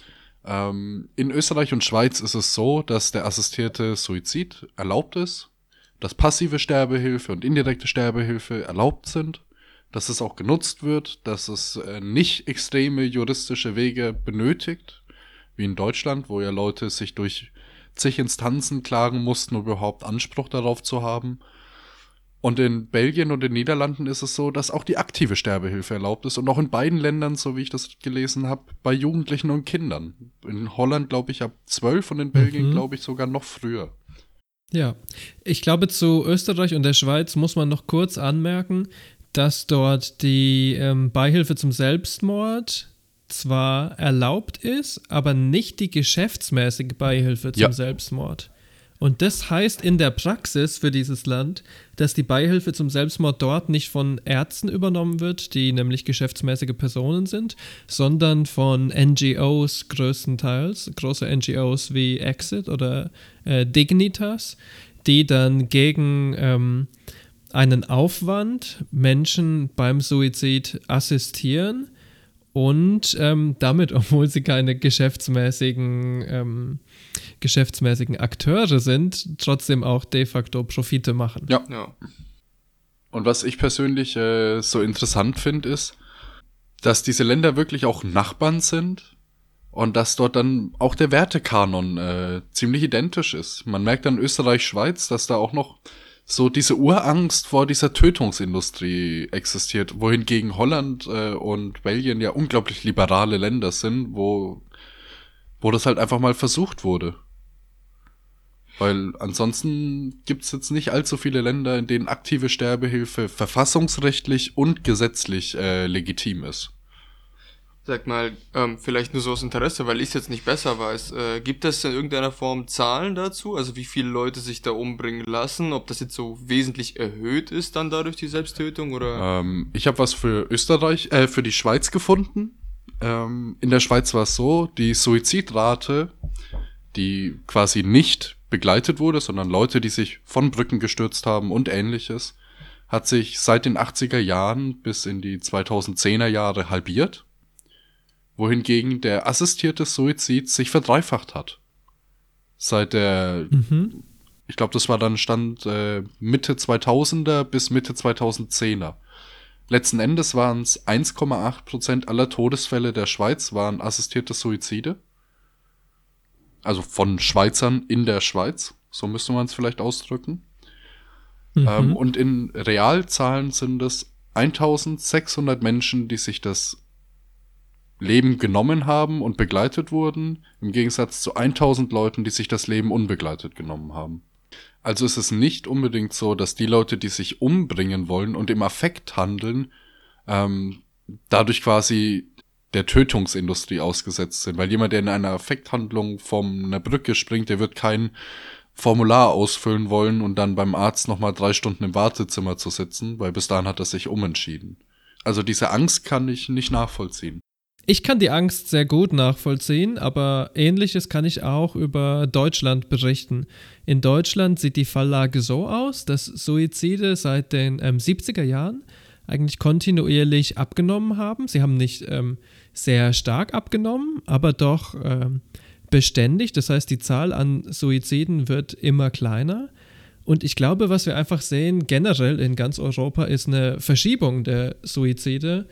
In Österreich und Schweiz ist es so, dass der assistierte Suizid erlaubt ist, dass passive Sterbehilfe und indirekte Sterbehilfe erlaubt sind, dass es auch genutzt wird, dass es nicht extreme juristische Wege benötigt, wie in Deutschland, wo ja Leute sich durch zig Instanzen klagen mussten, um überhaupt Anspruch darauf zu haben. Und in Belgien und den Niederlanden ist es so, dass auch die aktive Sterbehilfe erlaubt ist. Und auch in beiden Ländern, so wie ich das gelesen habe, bei Jugendlichen und Kindern. In Holland, glaube ich, ab 12 und in Belgien, glaube ich, sogar noch früher. Ja, ich glaube, zu Österreich und der Schweiz muss man noch kurz anmerken, dass dort die Beihilfe zum Selbstmord zwar erlaubt ist, aber nicht die geschäftsmäßige Beihilfe zum Selbstmord. Und das heißt in der Praxis für dieses Land, dass die Beihilfe zum Selbstmord dort nicht von Ärzten übernommen wird, die nämlich geschäftsmäßige Personen sind, sondern von NGOs größtenteils, große NGOs wie Exit oder Dignitas, die dann gegen einen Aufwand Menschen beim Suizid assistieren und damit, obwohl sie keine geschäftsmäßigen Akteure sind, trotzdem auch de facto Profite machen. Ja. Und was ich persönlich so interessant finde, ist, dass diese Länder wirklich auch Nachbarn sind und dass dort dann auch der Wertekanon ziemlich identisch ist. Man merkt an Österreich, Schweiz, dass da auch noch so diese Urangst vor dieser Tötungsindustrie existiert, wohingegen Holland und Belgien ja unglaublich liberale Länder sind, wo das halt einfach mal versucht wurde. Weil ansonsten gibt's jetzt nicht allzu viele Länder, in denen aktive Sterbehilfe verfassungsrechtlich und gesetzlich legitim ist. Sag mal, vielleicht nur so aus Interesse, weil ich es jetzt nicht besser weiß. Gibt es in irgendeiner Form Zahlen dazu? Also wie viele Leute sich da umbringen lassen? Ob das jetzt so wesentlich erhöht ist dann dadurch die Selbsttötung? Oder? Ich habe was für für die Schweiz gefunden. In der Schweiz war es so, die Suizidrate, die quasi nicht begleitet wurde, sondern Leute, die sich von Brücken gestürzt haben und ähnliches, hat sich seit den 80er Jahren bis in die 2010er Jahre halbiert. Wohingegen der assistierte Suizid sich verdreifacht hat. Seit ich glaube, das war dann Stand Mitte 2000er bis Mitte 2010er. Letzten Endes waren es 1,8% aller Todesfälle der Schweiz waren assistierte Suizide. Also von Schweizern in der Schweiz, so müsste man es vielleicht ausdrücken. Und in Realzahlen sind es 1600 Menschen, die sich das Leben genommen haben und begleitet wurden, im Gegensatz zu 1000 Leuten, die sich das Leben unbegleitet genommen haben. Also ist es nicht unbedingt so, dass die Leute, die sich umbringen wollen und im Affekt handeln, dadurch quasi der Tötungsindustrie ausgesetzt sind. Weil jemand, der in einer Affekthandlung von einer Brücke springt, der wird kein Formular ausfüllen wollen und dann beim Arzt nochmal 3 Stunden im Wartezimmer zu sitzen, weil bis dahin hat er sich umentschieden. Also diese Angst kann ich nicht nachvollziehen. Ich kann die Angst sehr gut nachvollziehen, aber Ähnliches kann ich auch über Deutschland berichten. In Deutschland sieht die Falllage so aus, dass Suizide seit den 70er Jahren eigentlich kontinuierlich abgenommen haben. Sie haben nicht sehr stark abgenommen, aber doch beständig. Das heißt, die Zahl an Suiziden wird immer kleiner. Und ich glaube, was wir einfach sehen, generell in ganz Europa, ist eine Verschiebung der Suizide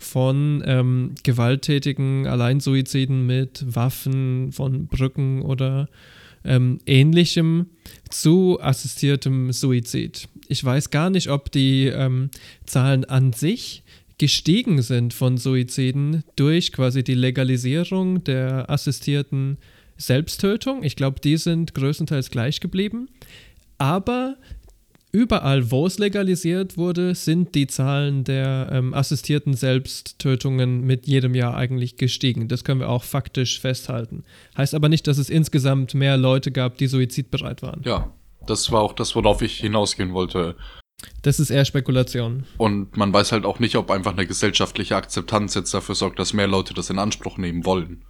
von gewalttätigen Alleinsuiziden mit Waffen, von Brücken oder Ähnlichem zu assistiertem Suizid. Ich weiß gar nicht, ob die Zahlen an sich gestiegen sind von Suiziden durch quasi die Legalisierung der assistierten Selbsttötung. Ich glaube, die sind größtenteils gleich geblieben. Aber überall, wo es legalisiert wurde, sind die Zahlen der assistierten Selbsttötungen mit jedem Jahr eigentlich gestiegen. Das können wir auch faktisch festhalten. Heißt aber nicht, dass es insgesamt mehr Leute gab, die suizidbereit waren. Ja, das war auch das, worauf ich hinausgehen wollte. Das ist eher Spekulation. Und man weiß halt auch nicht, ob einfach eine gesellschaftliche Akzeptanz jetzt dafür sorgt, dass mehr Leute das in Anspruch nehmen wollen.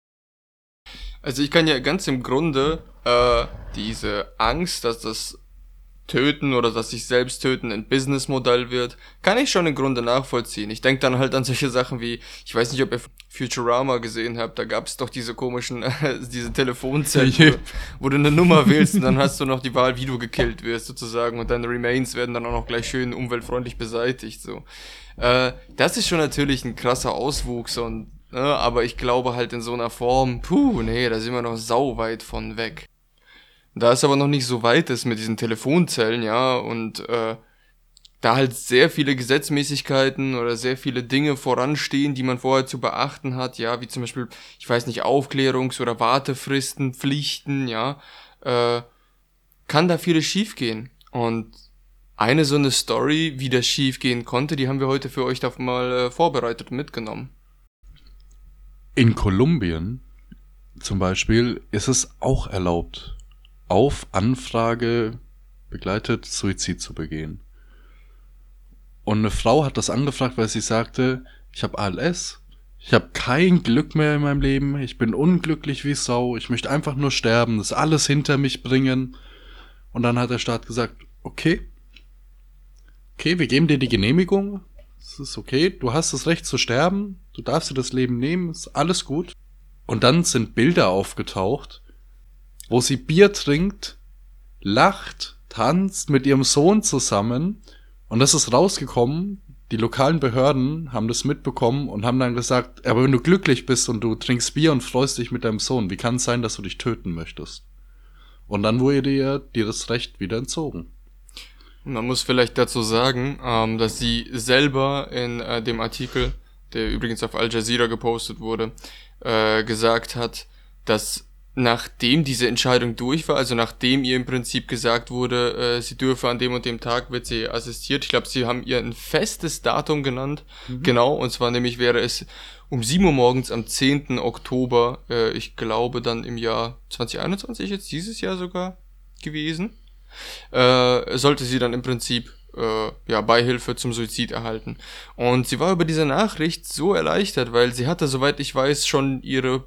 Also ich kann ja ganz im Grunde diese Angst, dass das Töten oder dass sich selbst töten ein Businessmodell wird, kann ich schon im Grunde nachvollziehen. Ich denke dann halt an solche Sachen wie, ich weiß nicht, ob ihr Futurama gesehen habt, da gab es doch diese komischen, diese Telefonzellen, wo du eine Nummer wählst und dann hast du noch die Wahl, wie du gekillt wirst sozusagen und deine Remains werden dann auch noch gleich schön umweltfreundlich beseitigt. So, das ist schon natürlich ein krasser Auswuchs und aber ich glaube halt in so einer Form, da sind wir noch sauweit von weg. Da es aber noch nicht so weit ist mit diesen Telefonzellen, ja, und da halt sehr viele Gesetzmäßigkeiten oder sehr viele Dinge voranstehen, die man vorher zu beachten hat, ja, wie zum Beispiel, ich weiß nicht, Aufklärungs- oder Wartefristen, Pflichten, ja, kann da vieles schiefgehen. Und eine so eine Story, wie das schiefgehen konnte, die haben wir heute für euch da mal vorbereitet und mitgenommen. In Kolumbien zum Beispiel ist es auch erlaubt, auf Anfrage begleitet Suizid zu begehen. Und eine Frau hat das angefragt, weil sie sagte, ich habe ALS, ich habe kein Glück mehr in meinem Leben, ich bin unglücklich wie Sau, ich möchte einfach nur sterben, das alles hinter mich bringen. Und dann hat der Staat gesagt, okay, wir geben dir die Genehmigung, es ist okay, du hast das Recht zu sterben, du darfst dir das Leben nehmen, ist alles gut. Und dann sind Bilder aufgetaucht, wo sie Bier trinkt, lacht, tanzt mit ihrem Sohn zusammen und das ist rausgekommen. Die lokalen Behörden haben das mitbekommen und haben dann gesagt, aber wenn du glücklich bist und du trinkst Bier und freust dich mit deinem Sohn, wie kann es sein, dass du dich töten möchtest? Und dann wurde dir das Recht wieder entzogen. Man muss vielleicht dazu sagen, dass sie selber in dem Artikel, der übrigens auf Al Jazeera gepostet wurde, gesagt hat, dass nachdem diese Entscheidung durch war, also nachdem ihr im Prinzip gesagt wurde, sie dürfe an dem und dem Tag, wird sie assistiert. Ich glaube, sie haben ihr ein festes Datum genannt. Genau, und zwar nämlich wäre es um 7 Uhr morgens am 10. Oktober, ich glaube dann im Jahr 2021, jetzt dieses Jahr sogar gewesen, sollte sie dann im Prinzip Beihilfe zum Suizid erhalten. Und sie war über diese Nachricht so erleichtert, weil sie hatte, soweit ich weiß, schon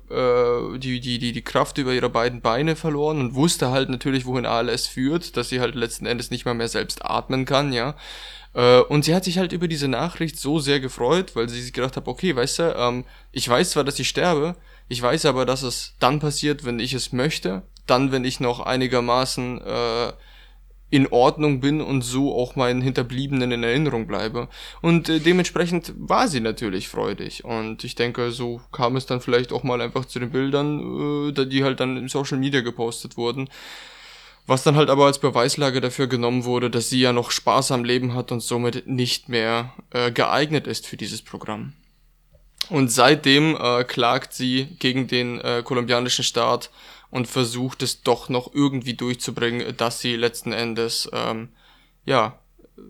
die Kraft über ihre beiden Beine verloren und wusste halt natürlich, wohin ALS führt, dass sie halt letzten Endes nicht mal mehr selbst atmen kann, ja. Und sie hat sich halt über diese Nachricht so sehr gefreut, weil sie sich gedacht hat, okay, weißt du, ich weiß zwar, dass ich sterbe, ich weiß aber, dass es dann passiert, wenn ich es möchte, dann, wenn ich noch einigermaßen in Ordnung bin und so auch meinen Hinterbliebenen in Erinnerung bleibe. Und dementsprechend war sie natürlich freudig. Und ich denke, so kam es dann vielleicht auch mal einfach zu den Bildern, die halt dann im Social Media gepostet wurden. Was dann halt aber als Beweislage dafür genommen wurde, dass sie ja noch Spaß am Leben hat und somit nicht mehr geeignet ist für dieses Programm. Und seitdem klagt sie gegen den kolumbianischen Staat und versucht es doch noch irgendwie durchzubringen, dass sie letzten Endes, Ja,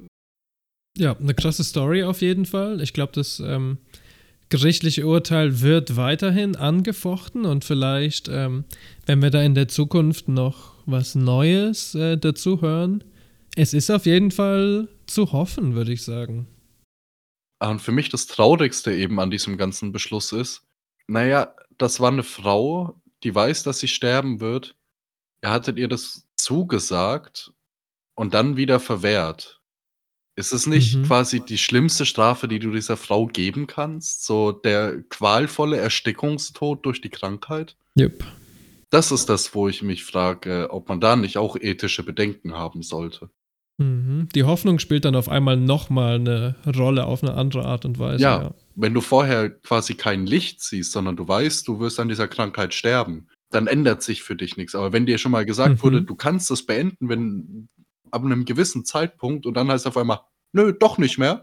eine krasse Story auf jeden Fall. Ich glaube, das gerichtliche Urteil wird weiterhin angefochten und vielleicht, wenn wir da in der Zukunft noch was Neues dazu hören, es ist auf jeden Fall zu hoffen, würde ich sagen. Und für mich das Traurigste eben an diesem ganzen Beschluss ist, naja, das war eine Frau, die weiß, dass sie sterben wird. Ihr hattet ihr das zugesagt und dann wieder verwehrt. Ist es nicht quasi die schlimmste Strafe, die du dieser Frau geben kannst? So der qualvolle Erstickungstod durch die Krankheit? Yep. Das ist das, wo ich mich frage, ob man da nicht auch ethische Bedenken haben sollte. Die Hoffnung spielt dann auf einmal nochmal eine Rolle auf eine andere Art und Weise. Ja, wenn du vorher quasi kein Licht siehst, sondern du weißt, du wirst an dieser Krankheit sterben, dann ändert sich für dich nichts. Aber wenn dir schon mal gesagt wurde, du kannst es beenden, wenn ab einem gewissen Zeitpunkt und dann heißt auf einmal, nö, doch nicht mehr,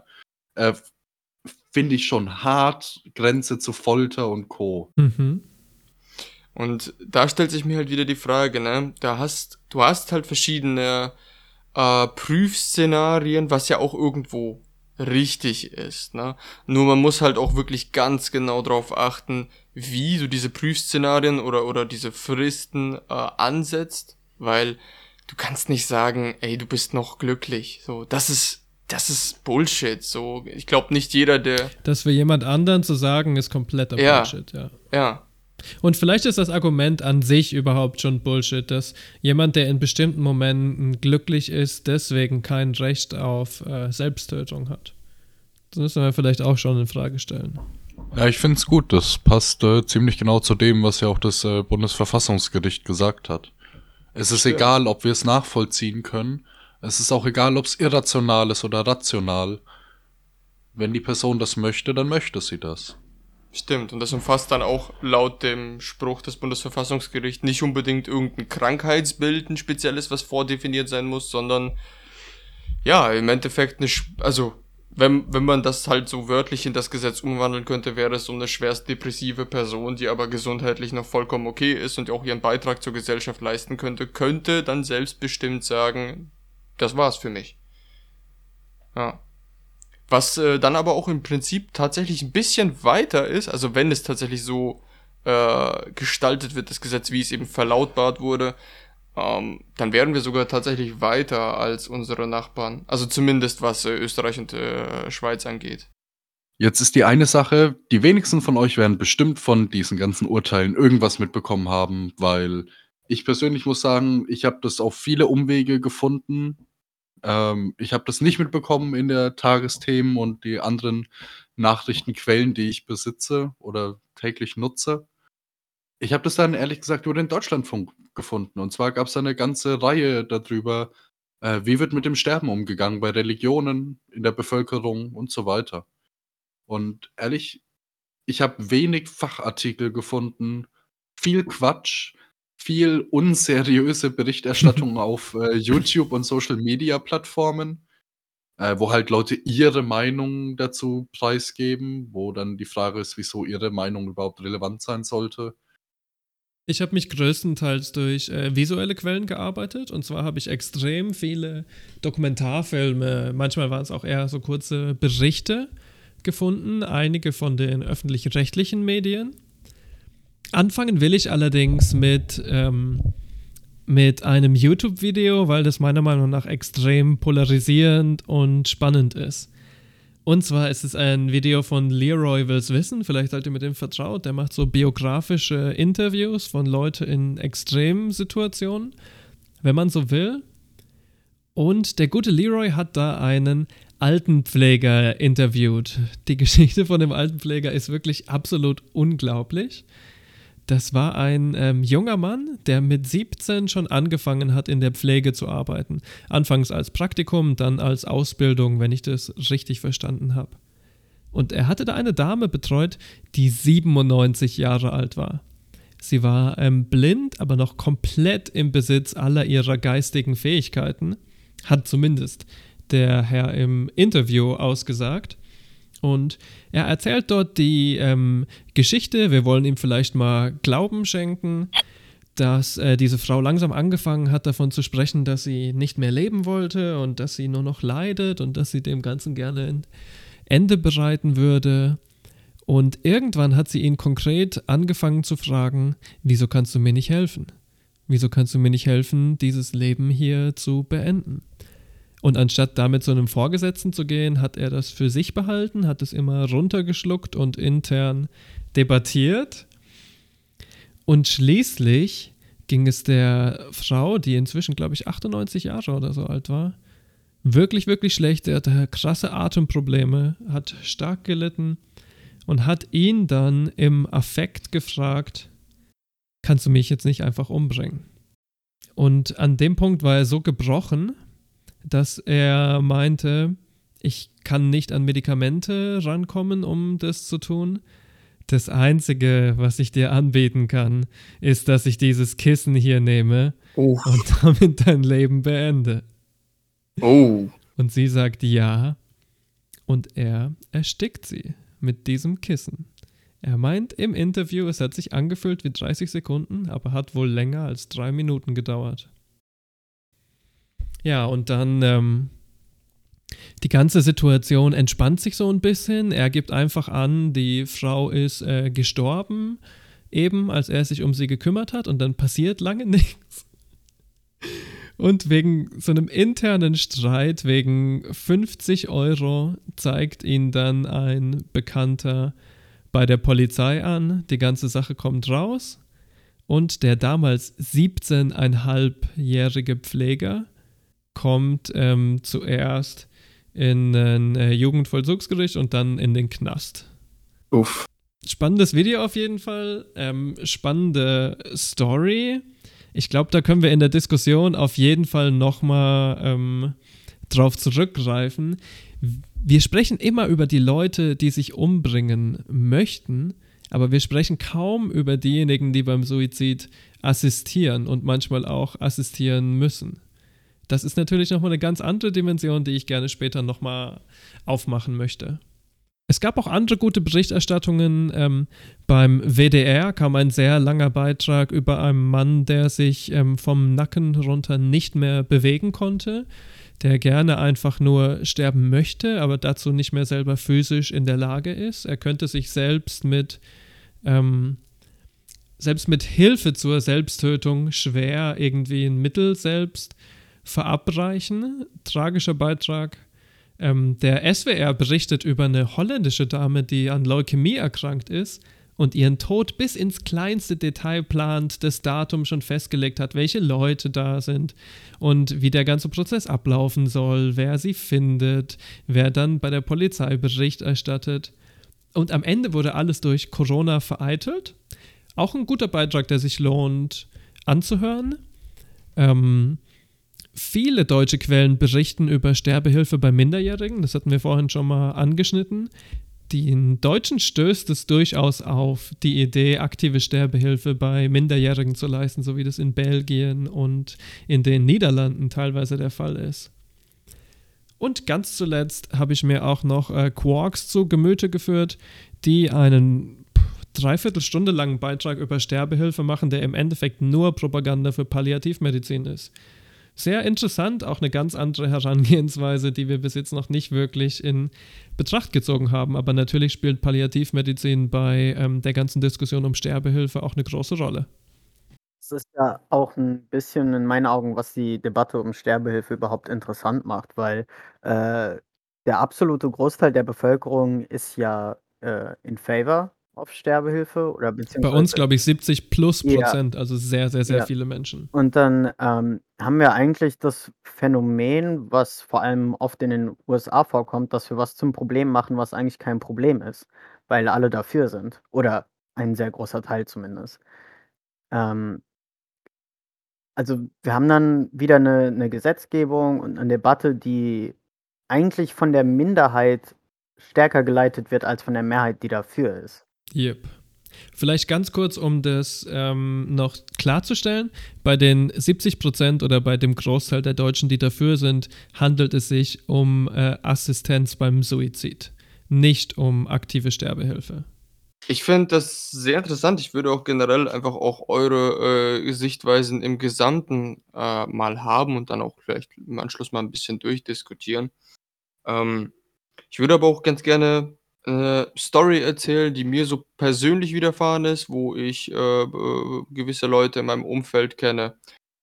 finde ich schon hart, Grenze zu Folter und Co. Und da stellt sich mir halt wieder die Frage, ne, du hast halt verschiedene Prüfszenarien, was ja auch irgendwo richtig ist, ne? Nur man muss halt auch wirklich ganz genau drauf achten, wie du diese Prüfszenarien oder diese Fristen ansetzt, weil du kannst nicht sagen, ey, du bist noch glücklich. So, das ist Bullshit. So, ich glaube nicht jeder, der das für jemand anderen zu sagen, ist kompletter Bullshit, Ja. Und vielleicht ist das Argument an sich überhaupt schon Bullshit, dass jemand, der in bestimmten Momenten glücklich ist, deswegen kein Recht auf Selbsttötung hat. Das müssen wir vielleicht auch schon in Frage stellen. Ja, ich finde es gut. Das passt ziemlich genau zu dem, was ja auch das Bundesverfassungsgericht gesagt hat. Es ist egal, ob wir es nachvollziehen können. Es ist auch egal, ob es irrational ist oder rational. Wenn die Person das möchte, dann möchte sie das. Stimmt, und das umfasst dann auch laut dem Spruch des Bundesverfassungsgerichts nicht unbedingt irgendein Krankheitsbild, ein spezielles, was vordefiniert sein muss, sondern ja, im Endeffekt wenn man das halt so wörtlich in das Gesetz umwandeln könnte, wäre es so eine schwerst depressive Person, die aber gesundheitlich noch vollkommen okay ist und auch ihren Beitrag zur Gesellschaft leisten könnte dann selbstbestimmt sagen, das war's für mich. Ja. Was dann aber auch im Prinzip tatsächlich ein bisschen weiter ist, also wenn es tatsächlich so gestaltet wird, das Gesetz, wie es eben verlautbart wurde, dann wären wir sogar tatsächlich weiter als unsere Nachbarn. Also zumindest was Österreich und Schweiz angeht. Jetzt ist die eine Sache, die wenigsten von euch werden bestimmt von diesen ganzen Urteilen irgendwas mitbekommen haben, weil ich persönlich muss sagen, ich habe das auf viele Umwege gefunden. Ich habe das nicht mitbekommen in der Tagesthemen und die anderen Nachrichtenquellen, die ich besitze oder täglich nutze. Ich habe das dann ehrlich gesagt über den Deutschlandfunk gefunden. Und zwar gab es eine ganze Reihe darüber, wie wird mit dem Sterben umgegangen bei Religionen, in der Bevölkerung und so weiter. Und ehrlich, ich habe wenig Fachartikel gefunden, viel Quatsch, viel unseriöse Berichterstattung auf YouTube und Social-Media-Plattformen, wo halt Leute ihre Meinung dazu preisgeben, wo dann die Frage ist, wieso ihre Meinung überhaupt relevant sein sollte. Ich habe mich größtenteils durch visuelle Quellen gearbeitet, und zwar habe ich extrem viele Dokumentarfilme, manchmal waren es auch eher so kurze Berichte gefunden, einige von den öffentlich-rechtlichen Medien. Anfangen will ich allerdings mit einem YouTube-Video, weil das meiner Meinung nach extrem polarisierend und spannend ist. Und zwar ist es ein Video von Leroy Will's Wissen, vielleicht seid ihr mit dem vertraut, der macht so biografische Interviews von Leuten in Extremsituationen, wenn man so will. Und der gute Leroy hat da einen Altenpfleger interviewt. Die Geschichte von dem Altenpfleger ist wirklich absolut unglaublich. Das war ein junger Mann, der mit 17 schon angefangen hat, in der Pflege zu arbeiten. Anfangs als Praktikum, dann als Ausbildung, wenn ich das richtig verstanden habe. Und er hatte da eine Dame betreut, die 97 Jahre alt war. Sie war blind, aber noch komplett im Besitz aller ihrer geistigen Fähigkeiten, hat zumindest der Herr im Interview ausgesagt. Und er erzählt dort die Geschichte, wir wollen ihm vielleicht mal Glauben schenken, dass diese Frau langsam angefangen hat, davon zu sprechen, dass sie nicht mehr leben wollte und dass sie nur noch leidet und dass sie dem Ganzen gerne ein Ende bereiten würde. Und irgendwann hat sie ihn konkret angefangen zu fragen, wieso kannst du mir nicht helfen? Wieso kannst du mir nicht helfen, dieses Leben hier zu beenden? Und anstatt damit zu einem Vorgesetzten zu gehen, hat er das für sich behalten, hat es immer runtergeschluckt und intern debattiert. Und schließlich ging es der Frau, die inzwischen, glaube ich, 98 Jahre oder so alt war, wirklich, wirklich schlecht. Sie hatte krasse Atemprobleme, hat stark gelitten und hat ihn dann im Affekt gefragt, kannst du mich jetzt nicht einfach umbringen? Und an dem Punkt war er so gebrochen, dass er meinte, ich kann nicht an Medikamente rankommen, um das zu tun. Das Einzige, was ich dir anbieten kann, ist, dass ich dieses Kissen hier nehme und damit dein Leben beende. Oh. Und sie sagt ja und er erstickt sie mit diesem Kissen. Er meint im Interview, es hat sich angefühlt wie 30 Sekunden, aber hat wohl länger als 3 Minuten gedauert. Ja, und dann die ganze Situation entspannt sich so ein bisschen. Er gibt einfach an, die Frau ist gestorben, eben als er sich um sie gekümmert hat, und dann passiert lange nichts. Und wegen so einem internen Streit, wegen 50 € zeigt ihn dann ein Bekannter bei der Polizei an. Die ganze Sache kommt raus und der damals 17,5-jährige Pfleger kommt zuerst in ein Jugendvollzugsgericht und dann in den Knast. Uff. Spannendes Video auf jeden Fall. Spannende Story. Ich glaube, da können wir in der Diskussion auf jeden Fall nochmal drauf zurückgreifen. Wir sprechen immer über die Leute, die sich umbringen möchten, aber wir sprechen kaum über diejenigen, die beim Suizid assistieren und manchmal auch assistieren müssen. Das ist natürlich nochmal eine ganz andere Dimension, die ich gerne später nochmal aufmachen möchte. Es gab auch andere gute Berichterstattungen. Beim WDR kam ein sehr langer Beitrag über einen Mann, der sich vom Nacken runter nicht mehr bewegen konnte, der gerne einfach nur sterben möchte, aber dazu nicht mehr selber physisch in der Lage ist. Er könnte sich selbst mit Hilfe zur Selbsttötung schwer irgendwie ein Mittel selbst verabreichen. Tragischer Beitrag. Der SWR berichtet über eine holländische Dame, die an Leukämie erkrankt ist und ihren Tod bis ins kleinste Detail plant, das Datum schon festgelegt hat, welche Leute da sind und wie der ganze Prozess ablaufen soll, wer sie findet, wer dann bei der Polizei Bericht erstattet. Und am Ende wurde alles durch Corona vereitelt. Auch ein guter Beitrag, der sich lohnt anzuhören. Viele deutsche Quellen berichten über Sterbehilfe bei Minderjährigen, das hatten wir vorhin schon mal angeschnitten. Den Deutschen stößt es durchaus auf, die Idee, aktive Sterbehilfe bei Minderjährigen zu leisten, so wie das in Belgien und in den Niederlanden teilweise der Fall ist. Und ganz zuletzt habe ich mir auch noch Quarks zu Gemüte geführt, die einen Dreiviertelstunde langen Beitrag über Sterbehilfe machen, der im Endeffekt nur Propaganda für Palliativmedizin ist. Sehr interessant, auch eine ganz andere Herangehensweise, die wir bis jetzt noch nicht wirklich in Betracht gezogen haben. Aber natürlich spielt Palliativmedizin bei der ganzen Diskussion um Sterbehilfe auch eine große Rolle. Das ist ja auch ein bisschen in meinen Augen, was die Debatte um Sterbehilfe überhaupt interessant macht, weil der absolute Großteil der Bevölkerung ist ja in favor auf Sterbehilfe oder Bei beziehungsweise uns, glaube ich, 70+%, ja, also sehr, sehr, sehr ja. viele Menschen. Und dann haben wir eigentlich das Phänomen, was vor allem oft in den USA vorkommt, dass wir was zum Problem machen, was eigentlich kein Problem ist, weil alle dafür sind oder ein sehr großer Teil zumindest. Ähm, also wir haben dann wieder eine Gesetzgebung und eine Debatte, die eigentlich von der Minderheit stärker geleitet wird als von der Mehrheit, die dafür ist. Yep. Vielleicht ganz kurz, um das noch klarzustellen, bei den 70% oder bei dem Großteil der Deutschen, die dafür sind, handelt es sich um Assistenz beim Suizid, nicht um aktive Sterbehilfe. Ich finde das sehr interessant. Ich würde auch generell einfach auch eure Sichtweisen im Gesamten mal haben und dann auch vielleicht im Anschluss mal ein bisschen durchdiskutieren. Ich würde aber auch ganz gerne eine Story erzählen, die mir so persönlich widerfahren ist, wo ich gewisse Leute in meinem Umfeld kenne.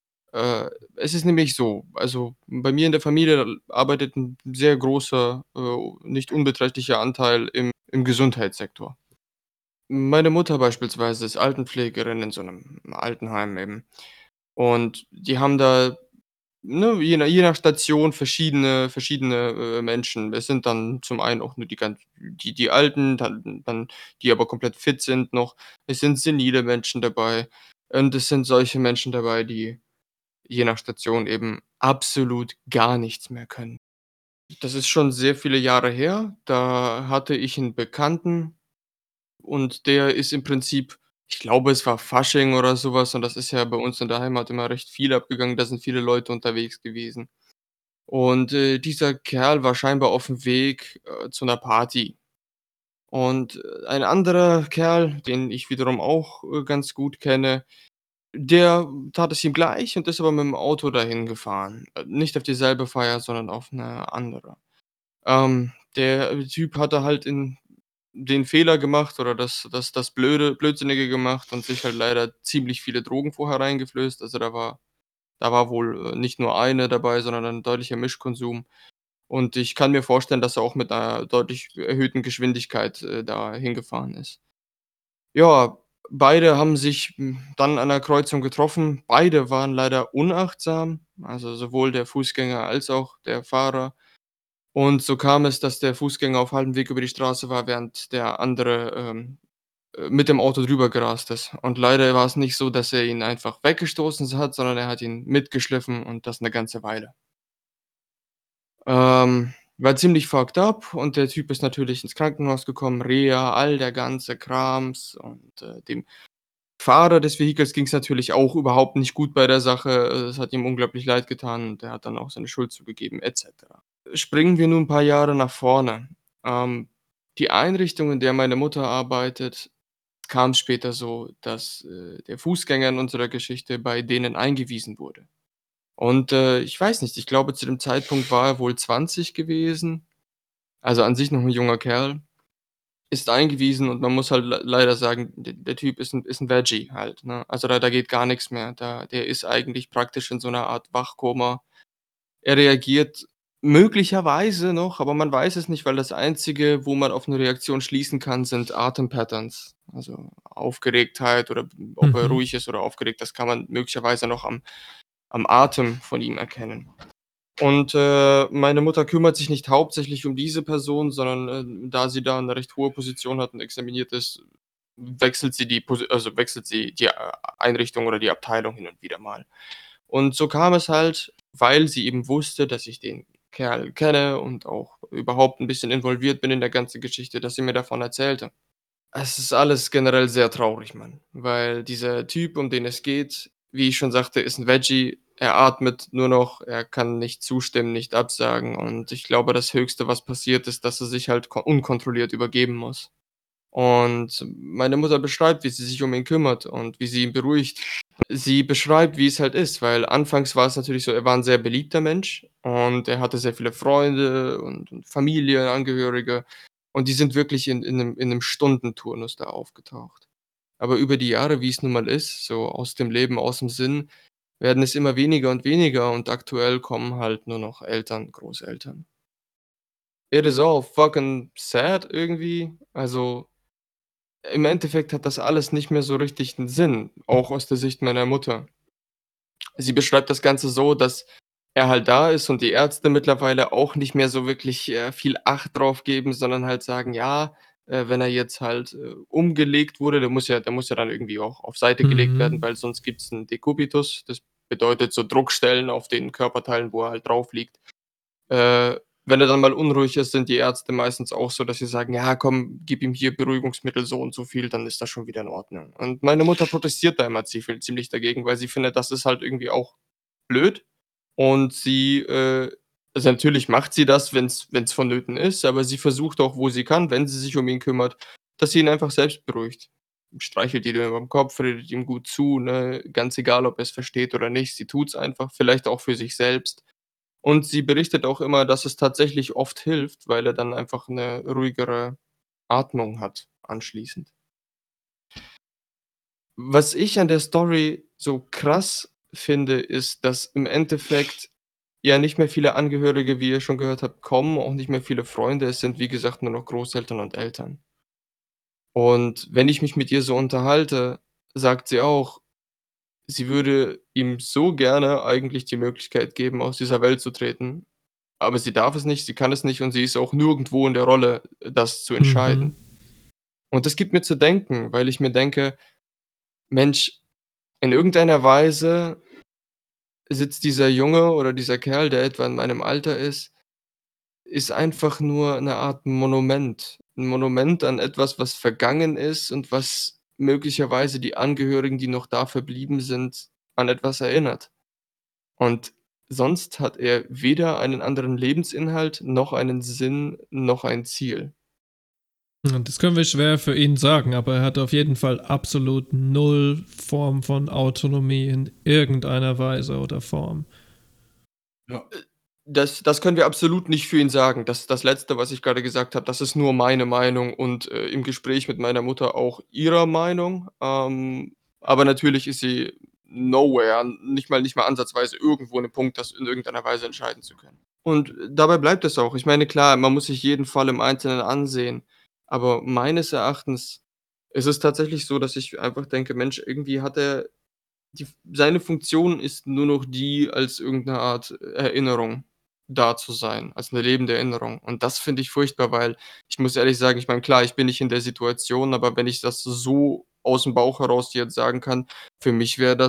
Es ist nämlich so, also bei mir in der Familie arbeitet ein sehr großer, nicht unbeträchtlicher Anteil im Gesundheitssektor. Meine Mutter beispielsweise ist Altenpflegerin in so einem Altenheim eben. Und die haben da, ne, je nach Station verschiedene Menschen. Es sind dann zum einen auch nur die Alten, dann die aber komplett fit sind noch. Es sind senile Menschen dabei und es sind solche Menschen dabei, die je nach Station eben absolut gar nichts mehr können. Das ist schon sehr viele Jahre her. Da hatte ich einen Bekannten und der ist im Prinzip, ich glaube, es war Fasching oder sowas, und das ist ja bei uns in der Heimat immer recht viel abgegangen, da sind viele Leute unterwegs gewesen. Und dieser Kerl war scheinbar auf dem Weg zu einer Party. Und ein anderer Kerl, den ich wiederum auch ganz gut kenne, der tat es ihm gleich und ist aber mit dem Auto dahin gefahren. Nicht auf dieselbe Feier, sondern auf eine andere. Der Typ hatte halt in den Fehler gemacht oder das Blödsinnige gemacht und sich halt leider ziemlich viele Drogen vorher reingeflößt. Also, da war wohl nicht nur eine dabei, sondern ein deutlicher Mischkonsum. Und ich kann mir vorstellen, dass er auch mit einer deutlich erhöhten Geschwindigkeit da hingefahren ist. Ja, beide haben sich dann an der Kreuzung getroffen. Beide waren leider unachtsam, also sowohl der Fußgänger als auch der Fahrer. Und so kam es, dass der Fußgänger auf halbem Weg über die Straße war, während der andere mit dem Auto drüber gerast ist. Und leider war es nicht so, dass er ihn einfach weggestoßen hat, sondern er hat ihn mitgeschliffen und das eine ganze Weile. War ziemlich fucked up und der Typ ist natürlich ins Krankenhaus gekommen, Reha, all der ganze Krams und, dem Fahrer des Vehikels ging's natürlich auch überhaupt nicht gut bei der Sache. Es hat ihm unglaublich leid getan und der hat dann auch seine Schuld zugegeben et cetera. Springen wir nun 'n paar Jahre nach vorne. Ähm, Die Einrichtung, in der meine Mutter arbeitet, kam später so, dass, der Fußgänger in unserer Geschichte bei denen eingewiesen wurde. Und, ich weiß nicht, ich glaube, zu dem Zeitpunkt war er wohl 20 gewesen, also an sich noch 'n junger Kerl, ist eingewiesen und man muss halt leider sagen, der Typ ist 'n Veggie halt, ne? Also, da geht gar nix mehr. Der ist eigentlich praktisch in so 'ner Art Wachkoma. Er reagiert möglicherweise noch, aber man weiß es nicht, weil das Einzige, wo man auf 'ne Reaktion schließen kann, sind Atempatterns. Also, Aufgeregtheit oder ob er Mhm. ruhig ist oder aufgeregt, das kann man möglicherweise noch am Atem von ihm erkennen. Und, meine Mutter kümmert sich nicht hauptsächlich um diese Person, sondern, da sie da 'ne recht hohe Position hat und examiniert ist, wechselt sie die Einrichtung oder die Abteilung hin und wieder mal. Und so kam es halt, weil sie eben wusste, dass ich den Kerl kenne und auch überhaupt 'n bisschen involviert bin in der ganzen Geschichte, dass sie mir davon erzählte. Es ist alles generell sehr traurig, Mann, weil dieser Typ, um den es geht, wie ich schon sagte, ist 'n Veggie. Er atmet nur noch, er kann nicht zustimmen, nicht absagen und ich glaube, das Höchste, was passiert, ist, dass er sich halt unkontrolliert übergeben muss. Und meine Mutter beschreibt, wie sie sich um ihn kümmert und wie sie ihn beruhigt. Sie beschreibt, wie es halt ist, weil anfangs war es natürlich so, er war 'n sehr beliebter Mensch und er hatte sehr viele Freunde und Familie, Angehörige und die sind wirklich in 'nem Stundenturnus da aufgetaucht. Aber über die Jahre, wie es nun mal ist, so aus dem Leben, aus'm Sinn, werden es immer weniger und weniger und aktuell kommen halt nur noch Eltern, Großeltern. It is all fucking sad irgendwie. Also, im Endeffekt hat das alles nicht mehr so richtig 'n Sinn, auch aus der Sicht meiner Mutter. Sie beschreibt das Ganze so, dass er halt da ist und die Ärzte mittlerweile auch nicht mehr so wirklich, viel Acht drauf geben, sondern halt sagen: „Ja, wenn er jetzt halt, umgelegt wurde, der muss ja dann irgendwie auch auf Seite gelegt werden, Mhm. weil sonst gibt's 'n Dekubitus.“ Das bedeutet so Druckstellen auf den Körperteilen, wo er halt drauf liegt. Äh, Wenn er dann mal unruhig ist, sind die Ärzte meistens auch so, dass sie sagen: „Ja, komm, gib ihm hier Beruhigungsmittel so und so viel, dann ist das schon wieder in Ordnung.“ Und meine Mutter protestiert da immer ziemlich dagegen, weil sie findet, das ist halt irgendwie auch blöd und sie, also natürlich macht sie das, wenn's vonnöten ist, aber sie versucht auch, wo sie kann, wenn sie sich um ihn kümmert, dass sie ihn einfach selbst beruhigt. Streichelt ihn überm Kopf, redet ihm gut zu, ne, ganz egal, ob er's versteht oder nicht. Sie tut's einfach, vielleicht auch für sich selbst. Und sie berichtet auch immer, dass es tatsächlich oft hilft, weil er dann einfach 'ne ruhigere Atmung hat anschließend. Was ich an der Story so krass finde, ist, dass im Endeffekt ja nicht mehr viele Angehörige, wie ihr schon gehört habt, kommen, auch nicht mehr viele Freunde. Es sind, wie gesagt, nur noch Großeltern und Eltern. Und wenn ich mich mit ihr so unterhalte, sagt sie auch, sie würde ihm so gerne eigentlich die Möglichkeit geben, aus dieser Welt zu treten, aber sie darf es nicht, sie kann es nicht und sie ist auch nirgendwo in der Rolle, das zu Mhm. entscheiden. Und das gibt mir zu denken, weil ich mir denke: „Mensch, in irgendeiner Weise sitzt dieser Junge oder dieser Kerl, der etwa in meinem Alter ist einfach nur 'ne Art Monument. 'N Monument an etwas, was vergangen ist und was möglicherweise die Angehörigen, die noch da verblieben sind, an etwas erinnert. Und sonst hat er weder einen anderen Lebensinhalt, noch einen Sinn, noch ein Ziel.“ Ja, das können wir schwer für ihn sagen, aber er hat auf jeden Fall absolut null Form von Autonomie in irgendeiner Weise oder Form. Ja. Das können wir absolut nicht für ihn sagen. Das Letzte, was ich grade gesagt habe, das ist nur meine Meinung und, im Gespräch mit meiner Mutter auch ihrer Meinung. Aber natürlich ist sie nowhere, nicht mal ansatzweise irgendwo an 'nem Punkt, das in irgendeiner Weise entscheiden zu können. Und dabei bleibt es auch. Ich meine, klar, man muss sich jeden Fall im Einzelnen ansehen, aber meines Erachtens ist es tatsächlich so, dass ich einfach denke: „Mensch, irgendwie hat er seine Funktion ist nur noch die, als irgend 'ne Art Erinnerung da zu sein, als 'ne lebende Erinnerung.“ Und das finde ich furchtbar, weil ich muss ehrlich sagen, ich meine, klar, ich bin nicht in der Situation, aber wenn ich das so aus'm Bauch heraus dir jetzt sagen kann, für mich wäre das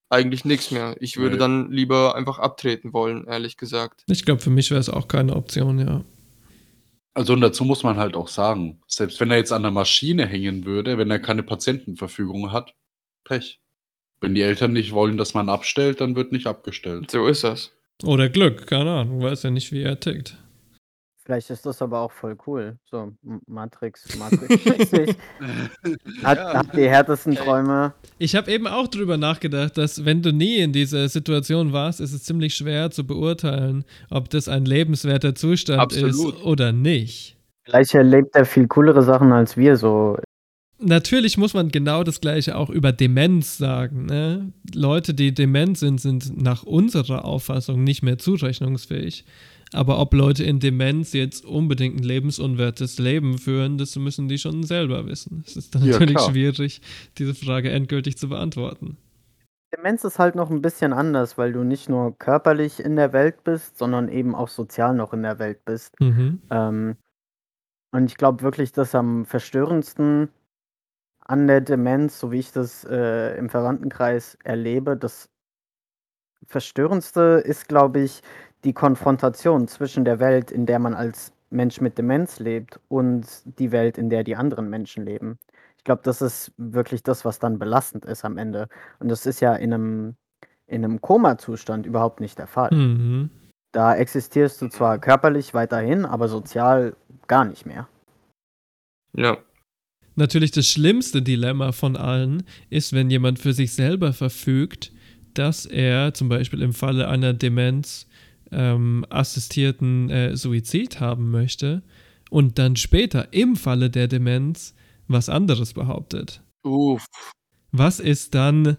eigentlich nichts mehr. Ich würde Nee. dann lieber einfach abtreten wollen, ehrlich gesagt. Ich glaube, für mich wäre es auch keine Option, ja. Also und dazu muss man halt auch sagen, selbst wenn er jetzt an der Maschine hängen würde, wenn er keine Patientenverfügung hat, Pech. Wenn die Eltern nicht wollen, dass man abstellt, dann wird nicht abgestellt. So ist das. Oder Glück, keine Ahnung, weiß ja nicht, wie er tickt. Vielleicht ist das aber auch voll cool. So, Matrix-mäßig. Hat die härtesten Träume. Ich habe eben auch drüber nachgedacht, dass wenn du nie in dieser Situation warst, ist es ziemlich schwer zu beurteilen, ob das ein lebenswerter Zustand Absolut. ist oder nicht. Vielleicht erlebt er viel coolere Sachen als wir so. Natürlich muss man genau das Gleiche auch über Demenz sagen. Ne? Leute, die dement sind, sind nach unserer Auffassung nicht mehr zurechnungsfähig. Aber ob Leute in Demenz jetzt unbedingt ein lebensunwertes Leben führen, das müssen die schon selber wissen. Es ist dann Ja, natürlich klar. schwierig, diese Frage endgültig zu beantworten. Demenz ist halt noch ein bisschen anders, weil du nicht nur körperlich in der Welt bist, sondern eben auch sozial noch in der Welt bist. Mhm. Und ich glaube wirklich, dass am verstörendsten an der Demenz, so wie ich das im Verwandtenkreis erlebe, das Verstörendste ist, glaube ich, die Konfrontation zwischen der Welt, in der man als Mensch mit Demenz lebt, und die Welt, in der die anderen Menschen leben. Ich glaube, das ist wirklich das, was dann belastend ist am Ende. Und das ist ja in einem Koma-Zustand überhaupt nicht der Fall. Mhm. Da existierst du zwar körperlich weiterhin, aber sozial gar nicht mehr. Ja. Natürlich das schlimmste Dilemma von allen ist, wenn jemand für sich selber verfügt, dass er zum Beispiel im Falle einer Demenz assistierten Suizid haben möchte und dann später im Falle der Demenz was anderes behauptet. Uff. Was ist dann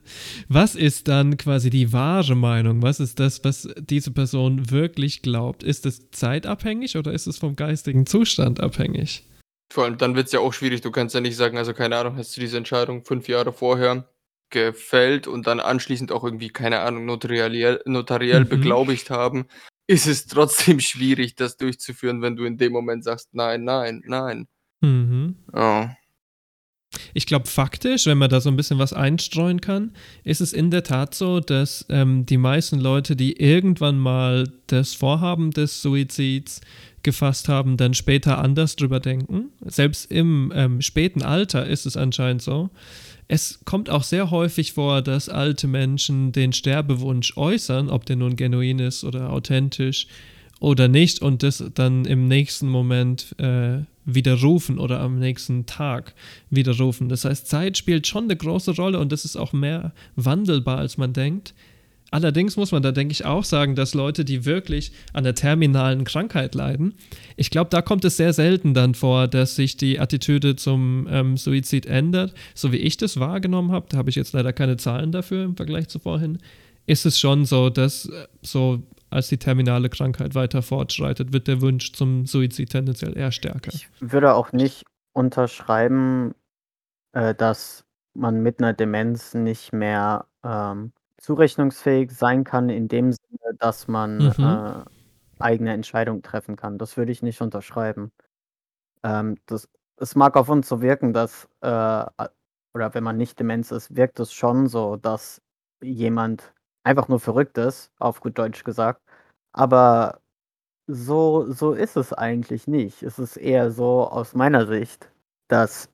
quasi die wahre Meinung? Was ist das, was diese Person wirklich glaubt? Ist es zeitabhängig oder ist es vom geistigen Zustand abhängig? Vor allem dann wird es ja auch schwierig. Du kannst ja nicht sagen, also keine Ahnung, hast du diese Entscheidung 5 Jahre vorher gefällt und dann anschließend auch irgendwie, keine Ahnung, notariell Mhm. beglaubigt haben, ist es trotzdem schwierig, das durchzuführen, wenn du in dem Moment sagst, nein, nein, nein. Mhm. Oh. Ich glaube, faktisch, wenn man da so ein bisschen was einstreuen kann, ist es in der Tat so, dass die meisten Leute, die irgendwann mal das Vorhaben des Suizids gefasst haben, dann später anders drüber denken. Selbst im späten Alter ist es anscheinend so. Es kommt auch sehr häufig vor, dass alte Menschen den Sterbewunsch äußern, ob der nun genuin ist oder authentisch oder nicht, und das dann im nächsten Moment widerrufen oder am nächsten Tag widerrufen. Das heißt, Zeit spielt schon eine große Rolle und das ist auch mehr wandelbar, als man denkt. Allerdings muss man da, denke ich, auch sagen, dass Leute, die wirklich an der terminalen Krankheit leiden, ich glaube, da kommt es sehr selten dann vor, dass sich die Attitüde zum Suizid ändert. So wie ich das wahrgenommen habe, da habe ich jetzt leider keine Zahlen dafür im Vergleich zu vorhin, ist es schon so, dass so als die terminale Krankheit weiter fortschreitet, wird der Wunsch zum Suizid tendenziell eher stärker. Ich würde auch nicht unterschreiben, dass man mit einer Demenz nicht mehr zurechnungsfähig sein kann, in dem Sinne, dass man eigene Entscheidungen treffen kann. Das würde ich nicht unterschreiben. Es mag auf uns so wirken, dass, oder wenn man nicht Demenz ist, wirkt es schon so, dass jemand einfach nur verrückt ist, auf gut Deutsch gesagt. Aber so ist es eigentlich nicht. Es ist eher so aus meiner Sicht, dass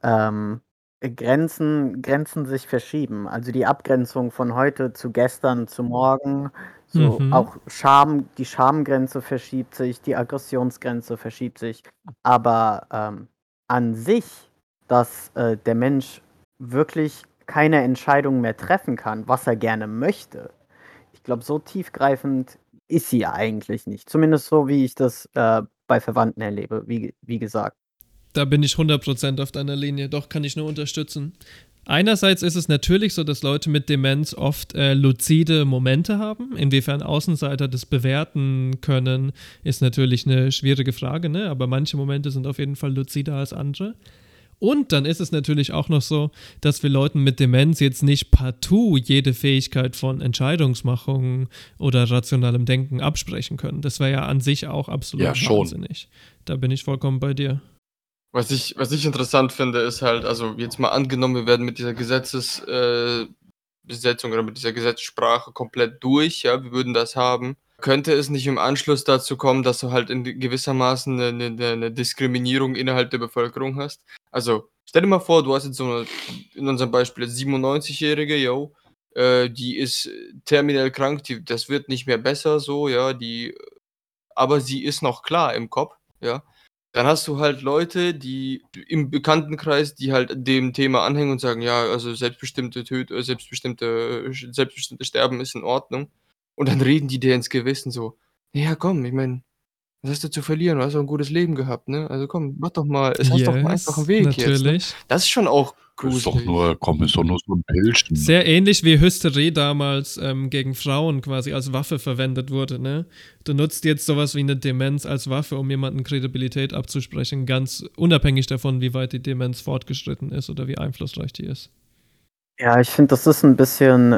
Grenzen sich verschieben. Also die Abgrenzung von heute zu gestern zu morgen, so auch die Schamgrenze verschiebt sich, die Aggressionsgrenze verschiebt sich. Aber an sich, dass der Mensch wirklich keine Entscheidung mehr treffen kann, was er gerne möchte, ich glaube, so tiefgreifend ist sie eigentlich nicht. Zumindest so, wie ich das bei Verwandten erlebe, wie gesagt. Da bin ich 100% auf deiner Linie, doch, kann ich nur unterstützen. Einerseits ist es natürlich so, dass Leute mit Demenz oft luzide Momente haben. Inwiefern Außenseiter das bewerten können, ist natürlich eine schwierige Frage, ne? Aber manche Momente sind auf jeden Fall luzider als andere. Und dann ist es natürlich auch noch so, dass wir Leuten mit Demenz jetzt nicht partout jede Fähigkeit von Entscheidungsmachung oder rationalem Denken absprechen können. Das wäre ja an sich auch absolut wahnsinnig. Da bin ich vollkommen bei dir. Was ich interessant finde, ist halt, also jetzt mal angenommen, wir werden mit dieser Besetzung oder mit dieser Gesetzessprache komplett durch, ja, wir würden das haben. Könnte es nicht im Anschluss dazu kommen, dass du halt in gewissermaßen eine Diskriminierung innerhalb der Bevölkerung hast? Also, stell dir mal vor, du hast jetzt so eine, in unserem Beispiel, 97-Jährige, yo, die ist terminell krank, das wird nicht mehr besser so, ja, aber sie ist noch klar im Kopf, ja. Dann hast du halt Leute, die im Bekanntenkreis, die halt dem Thema anhängen und sagen, ja, also selbstbestimmte Sterben ist in Ordnung. Und dann reden die dir ins Gewissen so, ja komm, ich meine, was hast du zu verlieren? Du hast doch ein gutes Leben gehabt, ne? Also komm, mach doch mal, es hast doch einen einfachen Yes, Weg jetzt, ne? natürlich. Das ist schon auch Ist doch gruselig. nur, komm, ist doch nur so ein Pilzchen. Sehr ähnlich wie Hysterie damals gegen Frauen quasi als Waffe verwendet wurde, ne? Du nutzt jetzt sowas wie eine Demenz als Waffe, um jemanden Kredibilität abzusprechen, ganz unabhängig davon, wie weit die Demenz fortgeschritten ist oder wie einflussreich die ist. Ja, ich finde, das ist ein bisschen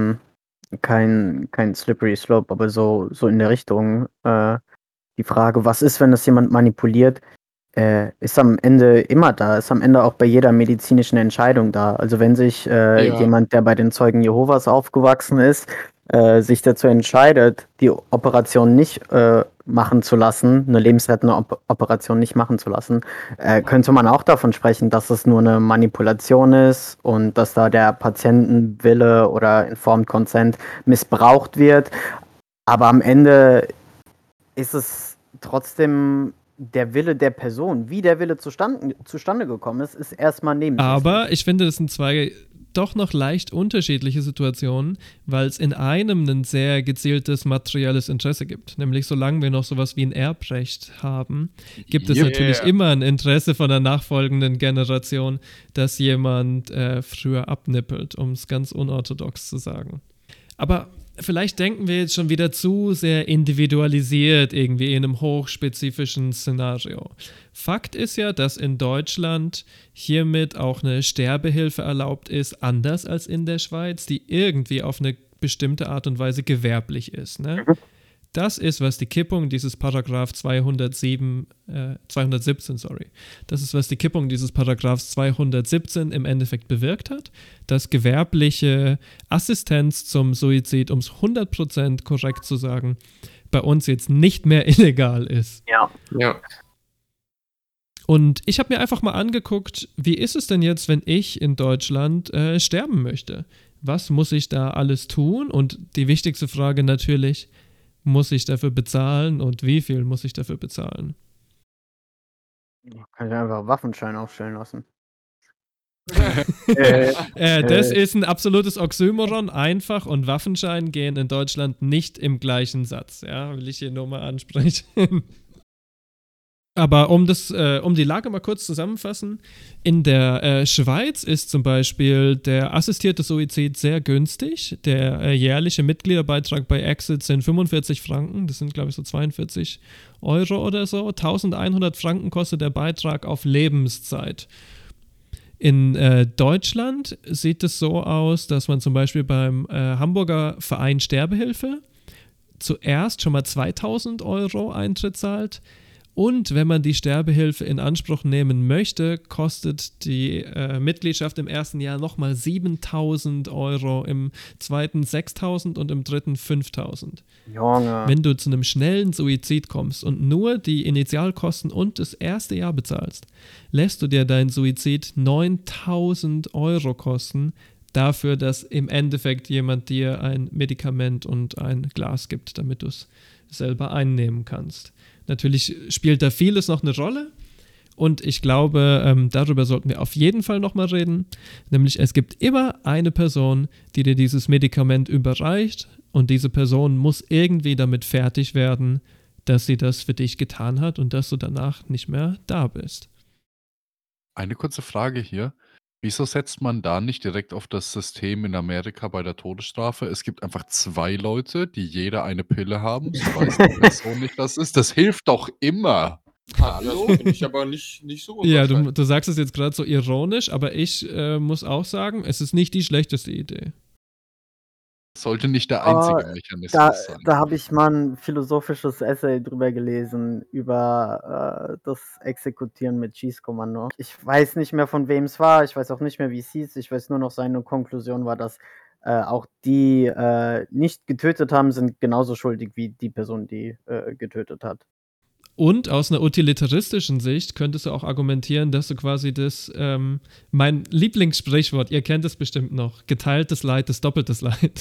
kein Slippery Slope, aber so in der Richtung. Die Frage, was ist, wenn das jemand manipuliert, ist am Ende immer da, ist am Ende auch bei jeder medizinischen Entscheidung da. Also wenn sich Ja. jemand, der bei den Zeugen Jehovas aufgewachsen ist, sich dazu entscheidet, die Operation nicht machen zu lassen, eine lebensrettende Operation nicht machen zu lassen, könnte man auch davon sprechen, dass es nur eine Manipulation ist und dass da der Patientenwille oder Informed Consent missbraucht wird. Aber am Ende ist es trotzdem der Wille der Person. Wie der Wille zustande gekommen ist erstmal nebensächlich. Aber ich finde, das sind zwei doch noch leicht unterschiedliche Situationen, weil es in einem ein sehr gezieltes materielles Interesse gibt. Nämlich solange wir noch sowas wie ein Erbrecht haben, gibt es Yeah. natürlich immer ein Interesse von der nachfolgenden Generation, dass jemand früher abnippelt, um es ganz unorthodox zu sagen. Aber vielleicht denken wir jetzt schon wieder zu sehr individualisiert irgendwie in einem hochspezifischen Szenario. Fakt ist ja, dass in Deutschland hiermit auch eine Sterbehilfe erlaubt ist, anders als in der Schweiz, die irgendwie auf eine bestimmte Art und Weise gewerblich ist. Ne? Das ist, was die Kippung dieses Paragraph 217, das ist, was die Kippung dieses Paragraphs 217 im Endeffekt bewirkt hat, dass gewerbliche Assistenz zum Suizid, um es 100% korrekt zu sagen, bei uns jetzt nicht mehr illegal ist. Ja. Ja. Und ich habe mir einfach mal angeguckt, wie ist es denn jetzt, wenn ich in Deutschland sterben möchte? Was muss ich da alles tun? Und die wichtigste Frage natürlich, muss ich dafür bezahlen und wie viel muss ich dafür bezahlen? Kann ich einfach einen Waffenschein aufstellen lassen. Das ist ein absolutes Oxymoron. Einfach und Waffenschein gehen in Deutschland nicht im gleichen Satz. Ja, will ich hier nur mal ansprechen. Aber um die Lage mal kurz zusammenfassen, in der Schweiz ist zum Beispiel der assistierte Suizid sehr günstig. Der jährliche Mitgliederbeitrag bei Exit sind 45 Franken, das sind glaube ich so 42 Euro oder so. 1100 Franken kostet der Beitrag auf Lebenszeit. In Deutschland sieht es so aus, dass man zum Beispiel beim Hamburger Verein Sterbehilfe zuerst schon mal 2000 Euro Eintritt zahlt. Und wenn man die Sterbehilfe in Anspruch nehmen möchte, kostet die Mitgliedschaft im ersten Jahr nochmal 7.000 Euro, im zweiten 6.000 und im dritten 5.000. Junge. Wenn du zu einem schnellen Suizid kommst und nur die Initialkosten und das erste Jahr bezahlst, lässt du dir deinen Suizid 9.000 Euro kosten, dafür, dass im Endeffekt jemand dir ein Medikament und ein Glas gibt, damit du es selber einnehmen kannst. Natürlich spielt da vieles noch eine Rolle und ich glaube, darüber sollten wir auf jeden Fall nochmal reden. Nämlich es gibt immer eine Person, die dir dieses Medikament überreicht und diese Person muss irgendwie damit fertig werden, dass sie das für dich getan hat und dass du danach nicht mehr da bist. Eine kurze Frage hier. Wieso setzt man da nicht direkt auf das System in Amerika bei der Todesstrafe? Es gibt einfach 2 Leute, die jeder eine Pille haben. So weiß die Person nicht, was ist. Das hilft doch immer. Hallo? Finde ich aber nicht so Ja, unwahrscheinlich. du sagst es jetzt gerade so ironisch, aber ich muss auch sagen, es ist nicht die schlechteste Idee. Sollte nicht der einzige Mechanismus sein. Da habe ich mal ein philosophisches Essay drüber gelesen, über das Exekutieren mit Schießkommando. Ich weiß nicht mehr, von wem es war, ich weiß auch nicht mehr, wie es hieß, ich weiß nur noch, seine Konklusion war, dass auch die nicht getötet haben, sind genauso schuldig wie die Person, die getötet hat. Und aus einer utilitaristischen Sicht könntest du auch argumentieren, dass du quasi mein Lieblingssprichwort, ihr kennt es bestimmt noch, geteiltes Leid ist doppeltes Leid.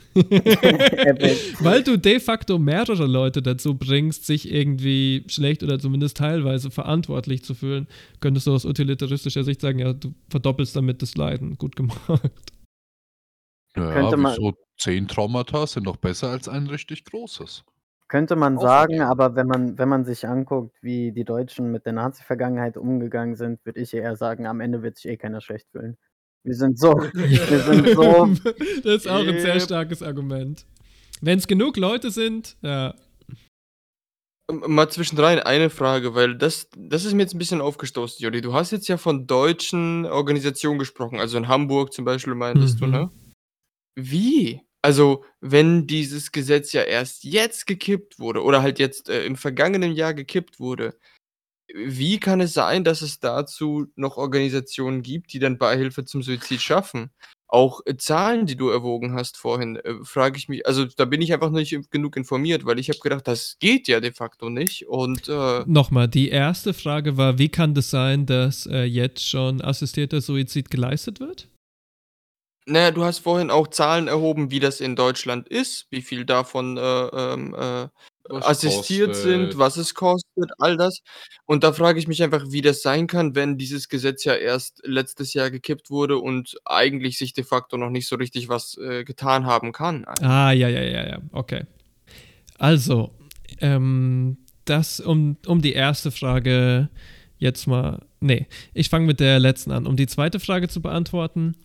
Weil du de facto mehrere Leute dazu bringst, sich irgendwie schlecht oder zumindest teilweise verantwortlich zu fühlen, könntest du aus utilitaristischer Sicht sagen, ja, du verdoppelst damit das Leiden. Gut gemacht. Naja, wieso 10 Traumata sind doch besser als ein richtig großes. Könnte man sagen, aber wenn man sich anguckt, wie die Deutschen mit der Nazi-Vergangenheit umgegangen sind, würde ich eher sagen, am Ende wird sich eh keiner schlecht fühlen. Wir sind so Das ist auch ein sehr starkes Argument. Wenn es genug Leute sind, ja. Mal zwischendrein eine Frage, weil das ist mir jetzt ein bisschen aufgestoßen, Jolli. Du hast jetzt ja von deutschen Organisationen gesprochen, also in Hamburg zum Beispiel meintest du, ne? Wie? Also, wenn dieses Gesetz ja erst jetzt gekippt wurde oder halt jetzt im vergangenen Jahr gekippt wurde, wie kann es sein, dass es dazu noch Organisationen gibt, die dann Beihilfe zum Suizid schaffen? Auch Zahlen, die du erwogen hast vorhin, frage ich mich, also da bin ich einfach nicht genug informiert, weil ich habe gedacht, das geht ja de facto nicht. Und Nochmal, die erste Frage war, wie kann das sein, dass jetzt schon assistierter Suizid geleistet wird? naja, du hast vorhin auch Zahlen erhoben, wie das in Deutschland ist, wie viel davon Was assistiert sind, kostet. was es kostet, all das. Und da frage ich mich einfach, wie das sein kann, wenn dieses Gesetz ja erst letztes Jahr gekippt wurde und eigentlich sich de facto noch nicht so richtig was getan haben kann. Ja, okay. Also, das um die erste Frage jetzt mal. Nee, ich fange mit der letzten an. Um die zweite Frage zu beantworten.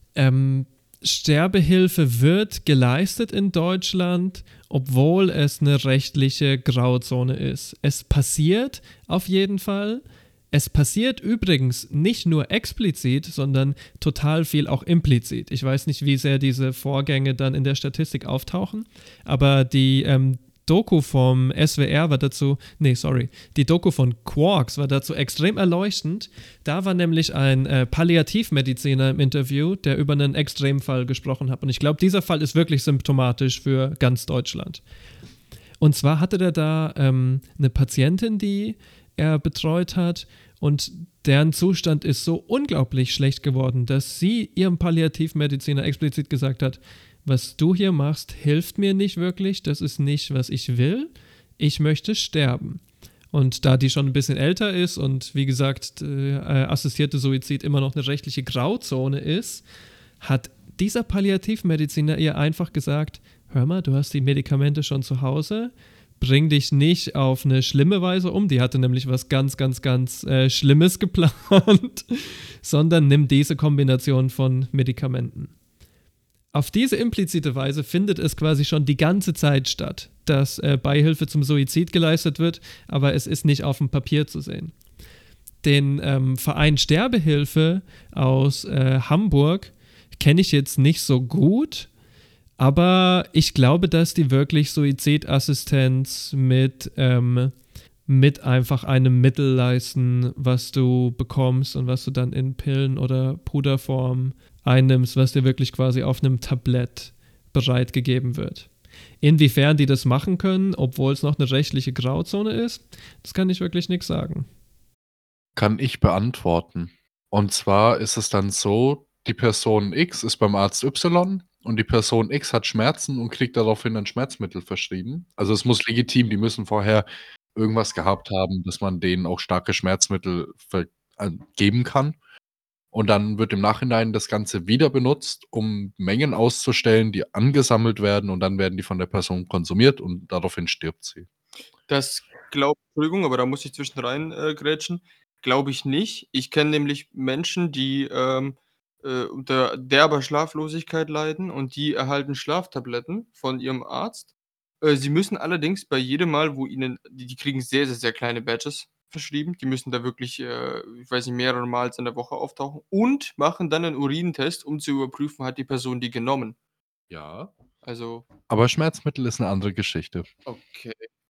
Sterbehilfe wird geleistet in Deutschland, obwohl es eine rechtliche Grauzone ist. Es passiert auf jeden Fall. Es passiert übrigens nicht nur explizit, sondern total viel auch implizit. Ich weiß nicht, wie sehr diese Vorgänge dann in der Statistik auftauchen, aber die Doku vom SWR war dazu, die Doku von Quarks war dazu extrem erleuchtend. Da war nämlich ein Palliativmediziner im Interview, der über einen Extremfall gesprochen hat. Und ich glaube, dieser Fall ist wirklich symptomatisch für ganz Deutschland. Und zwar hatte der da eine Patientin, die er betreut hat, und deren Zustand ist so unglaublich schlecht geworden, dass sie ihrem Palliativmediziner explizit gesagt hat, was du hier machst, hilft mir nicht wirklich, das ist nicht, was ich will, ich möchte sterben. Und da die schon ein bisschen älter ist und wie gesagt, assistierte Suizid immer noch eine rechtliche Grauzone ist, hat dieser Palliativmediziner ihr einfach gesagt, hör mal, du hast die Medikamente schon zu Hause, bring dich nicht auf eine schlimme Weise um, die hatte nämlich was ganz, ganz, ganz Schlimmes geplant, sondern nimm diese Kombination von Medikamenten. Auf diese implizite Weise findet es quasi schon die ganze Zeit statt, dass Beihilfe zum Suizid geleistet wird, aber es ist nicht auf dem Papier zu sehen. Den Verein Sterbehilfe aus Hamburg kenne ich jetzt nicht so gut, aber ich glaube, dass die wirklich Suizidassistenz mit einfach einem Mittel leisten, was du bekommst und was du dann in Pillen- oder Puderform einnimmst, was dir wirklich quasi auf einem Tablett bereitgegeben wird. Inwiefern die das machen können, obwohl es noch eine rechtliche Grauzone ist, das kann ich wirklich nichts sagen. Kann ich beantworten. Und zwar ist es dann so, die Person X ist beim Arzt Y und die Person X hat Schmerzen und kriegt daraufhin ein Schmerzmittel verschrieben. Also es muss legitim, die müssen vorher irgendwas gehabt haben, dass man denen auch starke Schmerzmittel geben kann. Und dann wird im Nachhinein das Ganze wieder benutzt, um Mengen auszustellen, die angesammelt werden und dann werden die von der Person konsumiert und daraufhin stirbt sie. Entschuldigung, aber da muss ich zwischendrein grätschen. Glaube ich nicht. Ich kenne nämlich Menschen, die unter derber Schlaflosigkeit leiden und die erhalten Schlaftabletten von ihrem Arzt. Sie müssen allerdings bei jedem Mal, wo ihnen, die kriegen sehr, sehr, sehr kleine Badges verschrieben. Die müssen da wirklich, ich weiß nicht, mehrere Mal in der Woche auftauchen und machen dann einen Urintest, um zu überprüfen, hat die Person die genommen. Ja. Also. Aber Schmerzmittel ist eine andere Geschichte. Okay.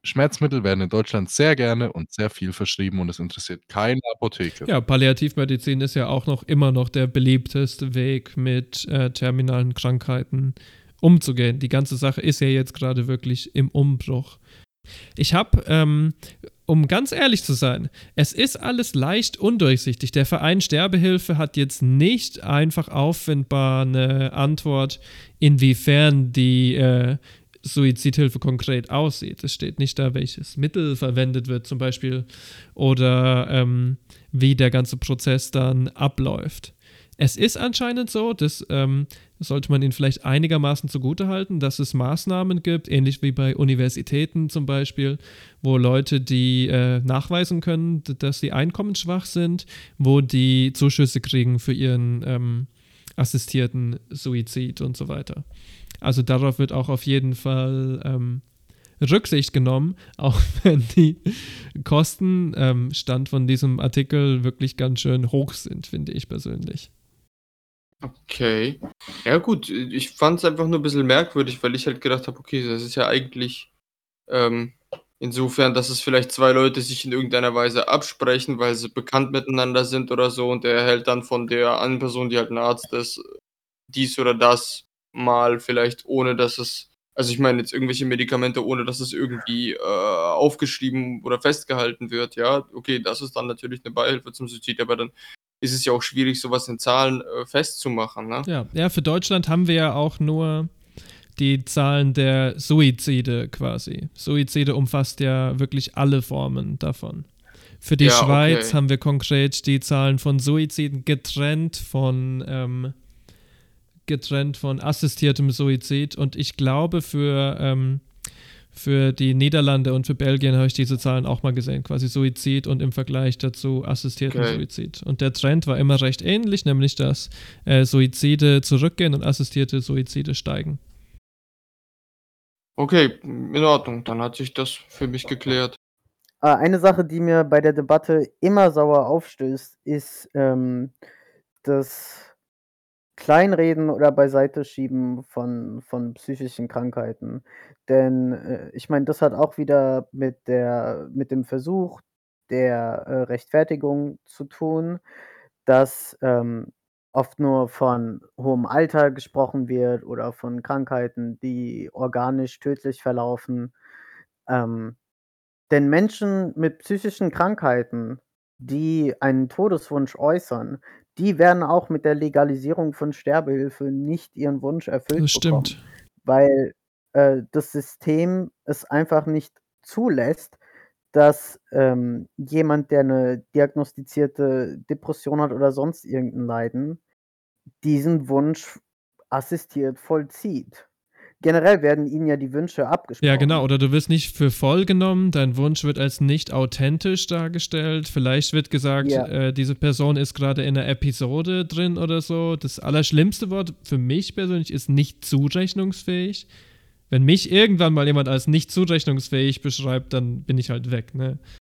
Schmerzmittel werden in Deutschland sehr gerne und sehr viel verschrieben und es interessiert keine Apotheke. Ja, Palliativmedizin ist ja auch immer noch der beliebteste Weg, mit terminalen Krankheiten umzugehen. Die ganze Sache ist ja jetzt gerade wirklich im Umbruch. Ich habe, um ganz ehrlich zu sein, es ist alles leicht undurchsichtig. Der Verein Sterbehilfe hat jetzt nicht einfach auffindbar eine Antwort, inwiefern die Suizidhilfe konkret aussieht. Es steht nicht da, welches Mittel verwendet wird zum Beispiel oder wie der ganze Prozess dann abläuft. Es ist anscheinend so, das sollte man ihnen vielleicht einigermaßen zugutehalten, dass es Maßnahmen gibt, ähnlich wie bei Universitäten zum Beispiel, wo Leute, die nachweisen können, dass sie einkommensschwach sind, wo die Zuschüsse kriegen für ihren assistierten Suizid und so weiter. Also darauf wird auch auf jeden Fall Rücksicht genommen, auch wenn die Kosten, Stand von diesem Artikel, wirklich ganz schön hoch sind, finde ich persönlich. Okay. Ja gut, ich fand es einfach nur ein bisschen merkwürdig, weil ich halt gedacht habe, okay, das ist ja eigentlich insofern, dass es vielleicht zwei Leute sich in irgendeiner Weise absprechen, weil sie bekannt miteinander sind oder so und der erhält dann von der anderen Person, die halt ein Arzt ist, dies oder das mal vielleicht ohne, dass es also ich meine jetzt irgendwelche Medikamente, ohne dass es irgendwie aufgeschrieben oder festgehalten wird, ja. Okay, das ist dann natürlich eine Beihilfe zum Suizid, aber dann ist es ja auch schwierig, sowas in Zahlen festzumachen, ne? Ja, für Deutschland haben wir ja auch nur die Zahlen der Suizide quasi. Suizide umfasst ja wirklich alle Formen davon. Für die Ja, Schweiz okay. haben wir konkret die Zahlen von Suiziden getrennt von assistiertem Suizid und ich glaube für die Niederlande und für Belgien habe ich diese Zahlen auch mal gesehen, quasi Suizid und im Vergleich dazu assistierten Okay. Suizid. Und der Trend war immer recht ähnlich, nämlich dass Suizide zurückgehen und assistierte Suizide steigen. Okay, in Ordnung, dann hat sich das für mich geklärt. Eine Sache, die mir bei der Debatte immer sauer aufstößt, ist das Kleinreden oder Beiseiteschieben von psychischen Krankheiten. Denn ich meine, das hat auch wieder mit dem Versuch der Rechtfertigung zu tun, dass oft nur von hohem Alter gesprochen wird oder von Krankheiten, die organisch tödlich verlaufen. Ähm, denn Menschen mit psychischen Krankheiten, die einen Todeswunsch äußern, die werden auch mit der Legalisierung von Sterbehilfe nicht ihren Wunsch erfüllt Das bekommen, stimmt. weil das System es einfach nicht zulässt, dass jemand, der eine diagnostizierte Depression hat oder sonst irgendein Leiden, diesen Wunsch assistiert vollzieht. Generell werden ihnen ja die Wünsche Ja, abgesprochen. genau. Oder du wirst nicht für voll genommen, dein Wunsch wird als nicht authentisch dargestellt. Vielleicht wird gesagt, Ja. diese Person ist gerade in einer Episode drin oder so. Das allerschlimmste Wort für mich persönlich ist nicht zurechnungsfähig. Wenn mich irgendwann mal jemand als nicht zurechnungsfähig beschreibt, dann bin ich halt weg, ne?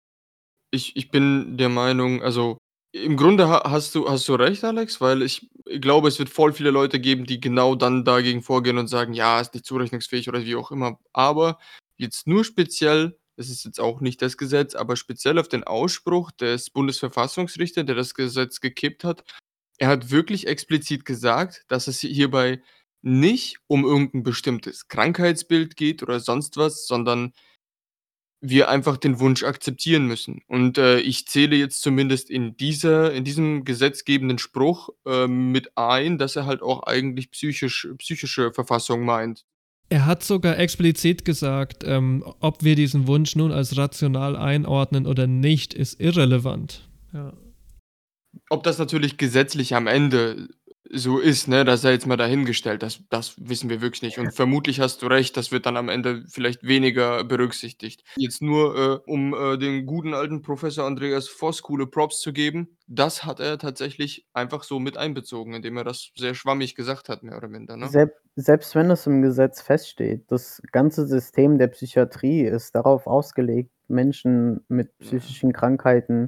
Ich bin der Meinung, also im Grunde hast du recht, Alex, weil ich glaube, es wird voll viele Leute geben, die genau dann dagegen vorgehen und sagen: „Ja, ist nicht zurechnungsfähig“ oder wie auch immer. Aber jetzt nur speziell, das ist jetzt auch nicht das Gesetz, aber speziell auf den Ausspruch des Bundesverfassungsrichters, der das Gesetz gekippt hat. Er hat wirklich explizit gesagt, dass es hierbei nicht um irgendein bestimmtes Krankheitsbild geht oder sonst was, sondern wir einfach den Wunsch akzeptieren müssen. Und ich zähle jetzt zumindest in diesem gesetzgebenden Spruch mit ein, dass er halt auch eigentlich psychische Verfassung meint. Er hat sogar explizit gesagt, ob wir diesen Wunsch nun als rational einordnen oder nicht, ist irrelevant. Ja. Ob das natürlich gesetzlich am Ende so ist, ne, das sei jetzt mal dahingestellt, das wissen wir wirklich nicht. Und vermutlich hast du recht, das wird dann am Ende vielleicht weniger berücksichtigt. Jetzt nur, um dem guten alten Professor Andreas Voss coole Props zu geben, das hat er tatsächlich einfach so mit einbezogen, indem er das sehr schwammig gesagt hat, mehr oder minder, ne? Selbst wenn es im Gesetz feststeht, das ganze System der Psychiatrie ist darauf ausgelegt, Menschen mit psychischen Krankheiten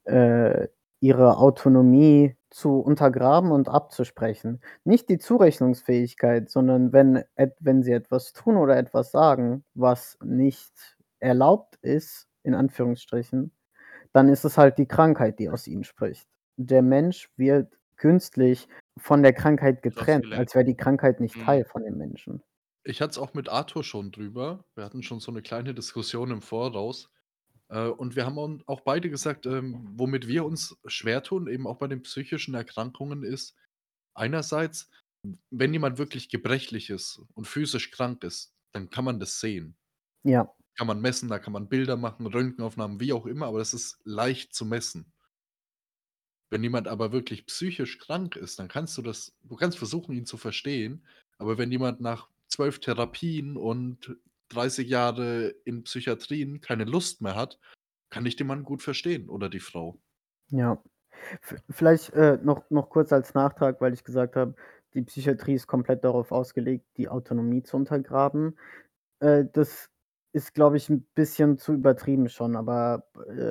ihre Autonomie zu untergraben und abzusprechen. Nicht die Zurechnungsfähigkeit, sondern wenn sie etwas tun oder etwas sagen, was nicht erlaubt ist, in Anführungsstrichen, dann ist es halt die Krankheit, die aus ihnen spricht. Der Mensch wird künstlich von der Krankheit getrennt, gelenkt. als wäre die Krankheit nicht Teil von dem Menschen. Ich hatte es auch mit Arthur schon drüber. Wir hatten schon so eine kleine Diskussion im Voraus. Und wir haben auch beide gesagt, womit wir uns schwer tun, eben auch bei den psychischen Erkrankungen ist, einerseits, wenn jemand wirklich gebrechlich ist und physisch krank ist, dann kann man das sehen. Ja. Kann man messen, da kann man Bilder machen, Röntgenaufnahmen, wie auch immer, aber das ist leicht zu messen. Wenn jemand aber wirklich psychisch krank ist, dann kannst du kannst versuchen, ihn zu verstehen, aber wenn jemand nach 12 Therapien und 30 Jahre in Psychiatrien keine Lust mehr hat, kann ich den Mann gut verstehen oder die Frau. Ja. Vielleicht noch kurz als Nachtrag, weil ich gesagt habe, die Psychiatrie ist komplett darauf ausgelegt, die Autonomie zu untergraben. Das ist, glaube ich, ein bisschen zu übertrieben schon, aber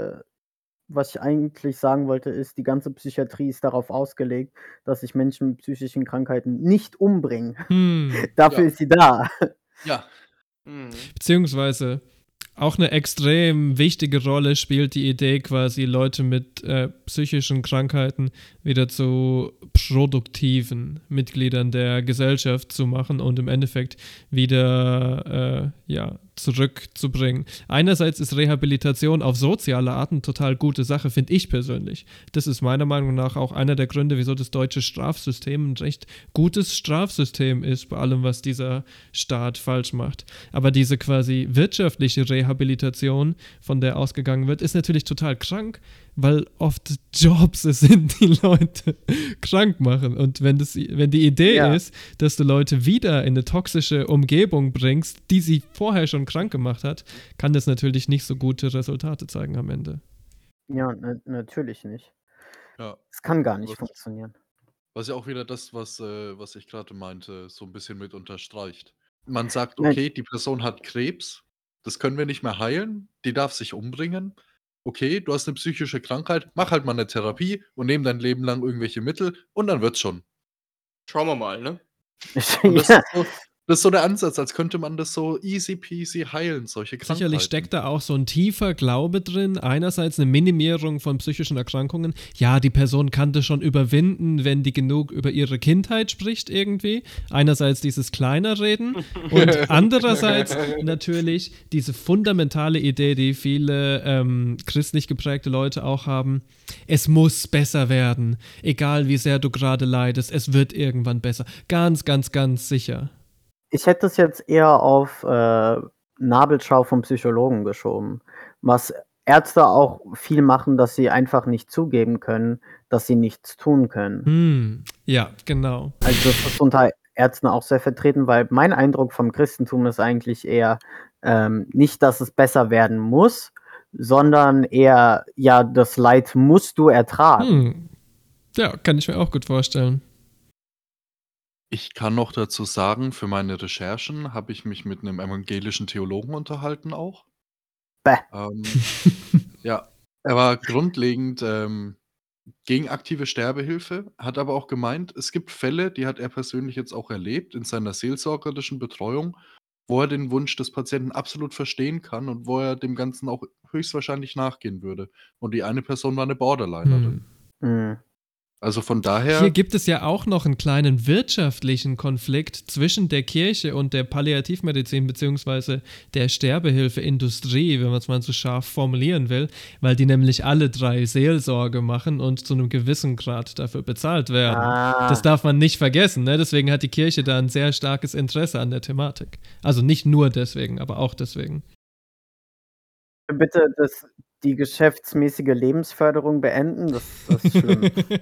was ich eigentlich sagen wollte, ist, die ganze Psychiatrie ist darauf ausgelegt, dass sich Menschen mit psychischen Krankheiten nicht umbringen. Dafür Ja. ist sie da. Ja. Beziehungsweise auch eine extrem wichtige Rolle spielt die Idee, quasi Leute mit psychischen Krankheiten wieder zu produktiven Mitgliedern der Gesellschaft zu machen und im Endeffekt wieder zurückzubringen. Einerseits ist Rehabilitation auf soziale Art eine total gute Sache, finde ich persönlich. Das ist meiner Meinung nach auch einer der Gründe, wieso das deutsche Strafsystem ein recht gutes Strafsystem ist, bei allem, was dieser Staat falsch macht. Aber diese quasi wirtschaftliche Rehabilitation, von der ausgegangen wird, ist natürlich total krank, weil oft Jobs es sind, die Leute krank machen. Und wenn die Idee ist, dass du Leute wieder in eine toxische Umgebung bringst, die sie vorher schon krank gemacht hat, kann das natürlich nicht so gute Resultate zeigen am Ende. Ja, natürlich nicht. Ja. Es kann gar nicht funktionieren. Was ja auch wieder das, was ich gerade meinte, so ein bisschen mit unterstreicht. Man sagt: Nein. „Okay, die Person hat Krebs, das können wir nicht mehr heilen, die darf sich umbringen. Okay, du hast eine psychische Krankheit, mach halt mal eine Therapie und nehm dein Leben lang irgendwelche Mittel und dann wird's schon.“ Schauen wir mal, ne? Und das ist so der Ansatz, als könnte man das so easy peasy heilen, solche Krankheiten. Sicherlich steckt da auch so ein tiefer Glaube drin. Einerseits eine Minimierung von psychischen Erkrankungen. Ja, die Person kann das schon überwinden, wenn die genug über ihre Kindheit spricht irgendwie. Einerseits dieses Kleinerreden und andererseits natürlich diese fundamentale Idee, die viele christlich geprägte Leute auch haben. Es muss besser werden. Egal wie sehr du gerade leidest, es wird irgendwann besser. Ganz, ganz, ganz sicher. Ich hätte es jetzt eher auf Nabelschau vom Psychologen geschoben. Was Ärzte auch viel machen, dass sie einfach nicht zugeben können, dass sie nichts tun können. Ja, genau. Also das ist unter Ärzten auch sehr vertreten, weil mein Eindruck vom Christentum ist eigentlich eher nicht, dass es besser werden muss, sondern eher, ja, das Leid musst du ertragen. Ja, kann ich mir auch gut vorstellen. Ich kann noch dazu sagen, für meine Recherchen habe ich mich mit einem evangelischen Theologen unterhalten auch. Bäh. Ja, er war grundlegend gegen aktive Sterbehilfe, hat aber auch gemeint, es gibt Fälle, die hat er persönlich jetzt auch erlebt in seiner seelsorgerischen Betreuung, wo er den Wunsch des Patienten absolut verstehen kann und wo er dem Ganzen auch höchstwahrscheinlich nachgehen würde. Und die eine Person war eine Borderlinerin. Also von daher. Hier gibt es ja auch noch einen kleinen wirtschaftlichen Konflikt zwischen der Kirche und der Palliativmedizin bzw. der Sterbehilfeindustrie, wenn man es mal so scharf formulieren will, weil die nämlich alle drei Seelsorge machen und zu einem gewissen Grad dafür bezahlt werden. Das darf man nicht vergessen, ne? Deswegen hat die Kirche da ein sehr starkes Interesse an der Thematik. Also nicht nur deswegen, aber auch deswegen. Bitte die geschäftsmäßige Lebensförderung beenden, das ist schlimm.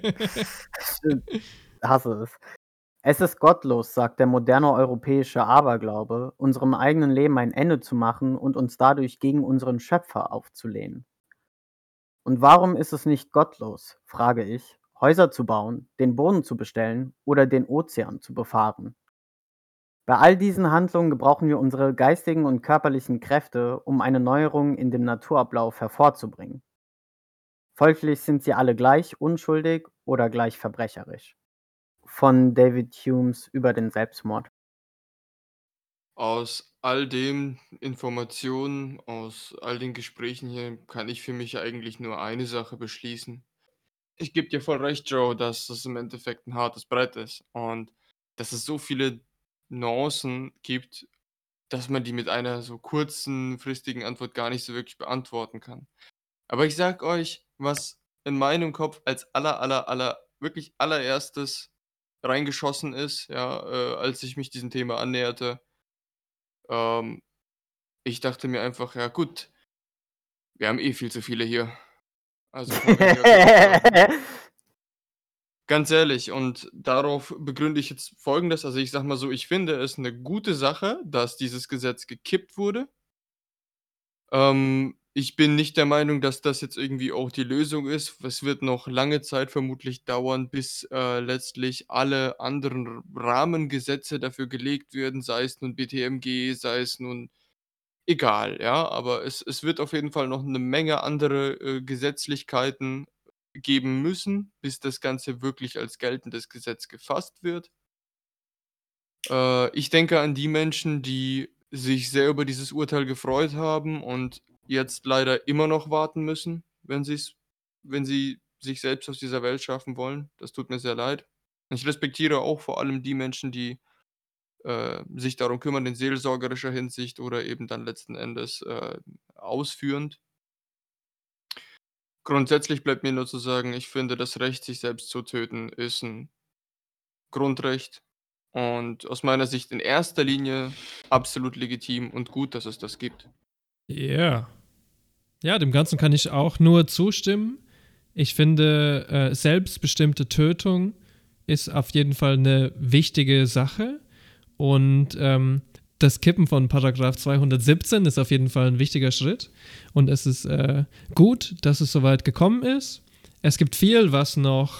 Ich hasse es. Es ist gottlos, sagt der moderne europäische Aberglaube, unserem eigenen Leben ein Ende zu machen und uns dadurch gegen unseren Schöpfer aufzulehnen. Und warum ist es nicht gottlos, frage ich, Häuser zu bauen, den Boden zu bestellen oder den Ozean zu befahren? Bei all diesen Handlungen gebrauchen wir unsere geistigen und körperlichen Kräfte, um eine Neuerung in dem Naturablauf hervorzubringen. Folglich sind sie alle gleich unschuldig oder gleich verbrecherisch. Von David Humes über den Selbstmord. Aus all dem Informationen, aus all den Gesprächen hier kann ich für mich eigentlich nur eine Sache beschließen. Ich gebe dir voll recht, Joe, dass das im Endeffekt ein hartes Brett ist und dass es so viele Nuancen gibt, dass man die mit einer so kurzen, fristigen Antwort gar nicht so wirklich beantworten kann. Aber ich sag euch, was in meinem Kopf als wirklich allererstes reingeschossen ist, ja, als ich mich diesem Thema annäherte. Ähm, Ich dachte mir einfach: „Ja gut, wir haben eh viel zu viele hier. Also von dem her ganz ehrlich, und darauf begründe ich jetzt Folgendes. Also, ich sage mal so, ich finde es eine gute Sache, dass dieses Gesetz gekippt wurde. Ich bin nicht der Meinung, dass das jetzt irgendwie auch die Lösung ist. Es wird noch lange Zeit vermutlich dauern, bis, letztlich alle anderen Rahmengesetze dafür gelegt werden, sei es nun BTMG, sei es nun egal, ja, aber es wird auf jeden Fall noch eine Menge andere, Gesetzlichkeiten geben müssen, bis das Ganze wirklich als geltendes Gesetz gefasst wird. Ich denke an die Menschen, die sich sehr über dieses Urteil gefreut haben und jetzt leider immer noch warten müssen, wenn sie sich selbst aus dieser Welt schaffen wollen. Das tut mir sehr leid. Ich respektiere auch vor allem die Menschen, die, sich darum kümmern in seelsorgerischer Hinsicht oder eben dann letzten Endes, ausführend. Grundsätzlich bleibt mir nur zu sagen, ich finde, das Recht, sich selbst zu töten, ist ein Grundrecht und aus meiner Sicht in erster Linie absolut legitim und gut, dass es das gibt. Ja. Ja, dem Ganzen kann ich auch nur zustimmen. Ich finde, selbstbestimmte Tötung ist auf jeden Fall eine wichtige Sache. Und das Kippen von Paragraph 217 ist auf jeden Fall ein wichtiger Schritt. Und es ist gut, dass es soweit gekommen ist. Es gibt viel, was noch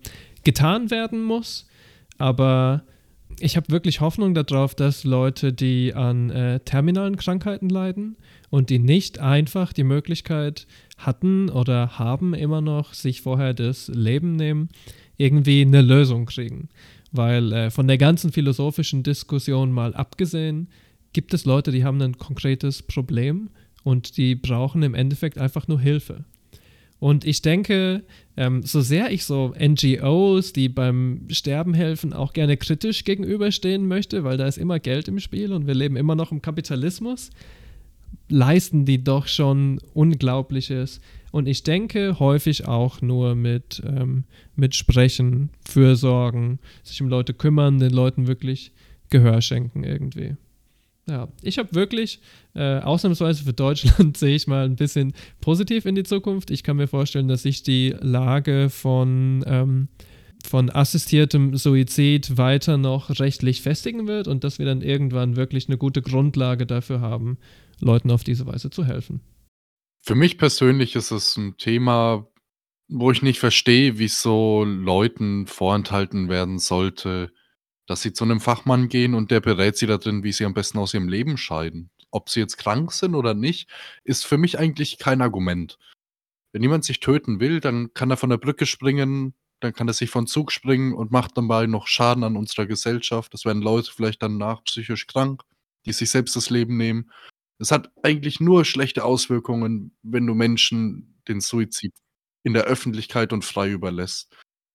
getan werden muss. Aber ich habe wirklich Hoffnung darauf, dass Leute, die an terminalen Krankheiten leiden und die nicht einfach die Möglichkeit hatten oder haben immer noch, sich vorher das Leben nehmen, irgendwie eine Lösung kriegen. Weil von der ganzen philosophischen Diskussion mal abgesehen, gibt es Leute, die haben ein konkretes Problem und die brauchen im Endeffekt einfach nur Hilfe. Und ich denke, so sehr ich so NGOs, die beim Sterben helfen, auch gerne kritisch gegenüberstehen möchte, weil da ist immer Geld im Spiel und wir leben immer noch im Kapitalismus, leisten die doch schon Unglaubliches. Und ich denke häufig auch nur mit Sprechen, Fürsorgen, sich um Leute kümmern, den Leuten wirklich Gehör schenken irgendwie. Ja, ich habe wirklich, ausnahmsweise für Deutschland, sehe ich mal ein bisschen positiv in die Zukunft. Ich kann mir vorstellen, dass sich die Lage von assistiertem Suizid weiter noch rechtlich festigen wird und dass wir dann irgendwann wirklich eine gute Grundlage dafür haben, Leuten auf diese Weise zu helfen. Für mich persönlich ist es ein Thema, wo ich nicht verstehe, wieso Leuten vorenthalten werden sollte, dass sie zu einem Fachmann gehen und der berät sie da drin, wie sie am besten aus ihrem Leben scheiden. Ob sie jetzt krank sind oder nicht, ist für mich eigentlich kein Argument. Wenn jemand sich töten will, dann kann er von der Brücke springen, dann kann er sich von Zug springen und macht dabei noch Schaden an unserer Gesellschaft. Das werden Leute vielleicht danach psychisch krank, die sich selbst das Leben nehmen. Es hat eigentlich nur schlechte Auswirkungen, wenn du Menschen den Suizid in der Öffentlichkeit und frei überlässt.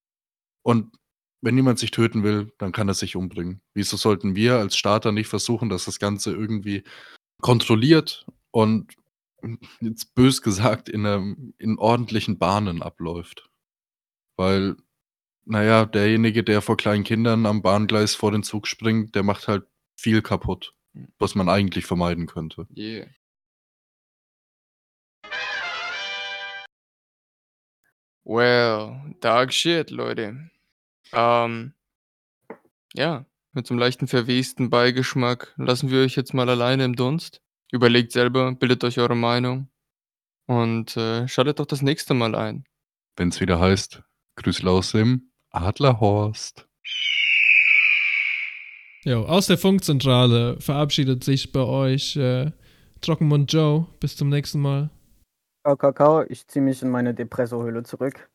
Und wenn jemand sich töten will, dann kann er sich umbringen. Wieso sollten wir als Staater nicht versuchen, dass das Ganze irgendwie kontrolliert und jetzt bös gesagt in ordentlichen Bahnen abläuft? Weil, naja, derjenige, der vor kleinen Kindern am Bahngleis vor den Zug springt, der macht halt viel kaputt, was man eigentlich vermeiden könnte. Yeah. Well, dark shit, Leute. Ja, mit so einem leichten verwesten Beigeschmack lassen wir euch jetzt mal alleine im Dunst. Überlegt selber, bildet euch eure Meinung und, schaltet doch das nächste Mal ein. Wenn's wieder heißt, Grüße aus dem Adlerhorst. Jo, aus der Funkzentrale verabschiedet sich bei euch Trockenmund Joe. Bis zum nächsten Mal. Kakao, ich ziehe mich in meine Depressohöhle zurück.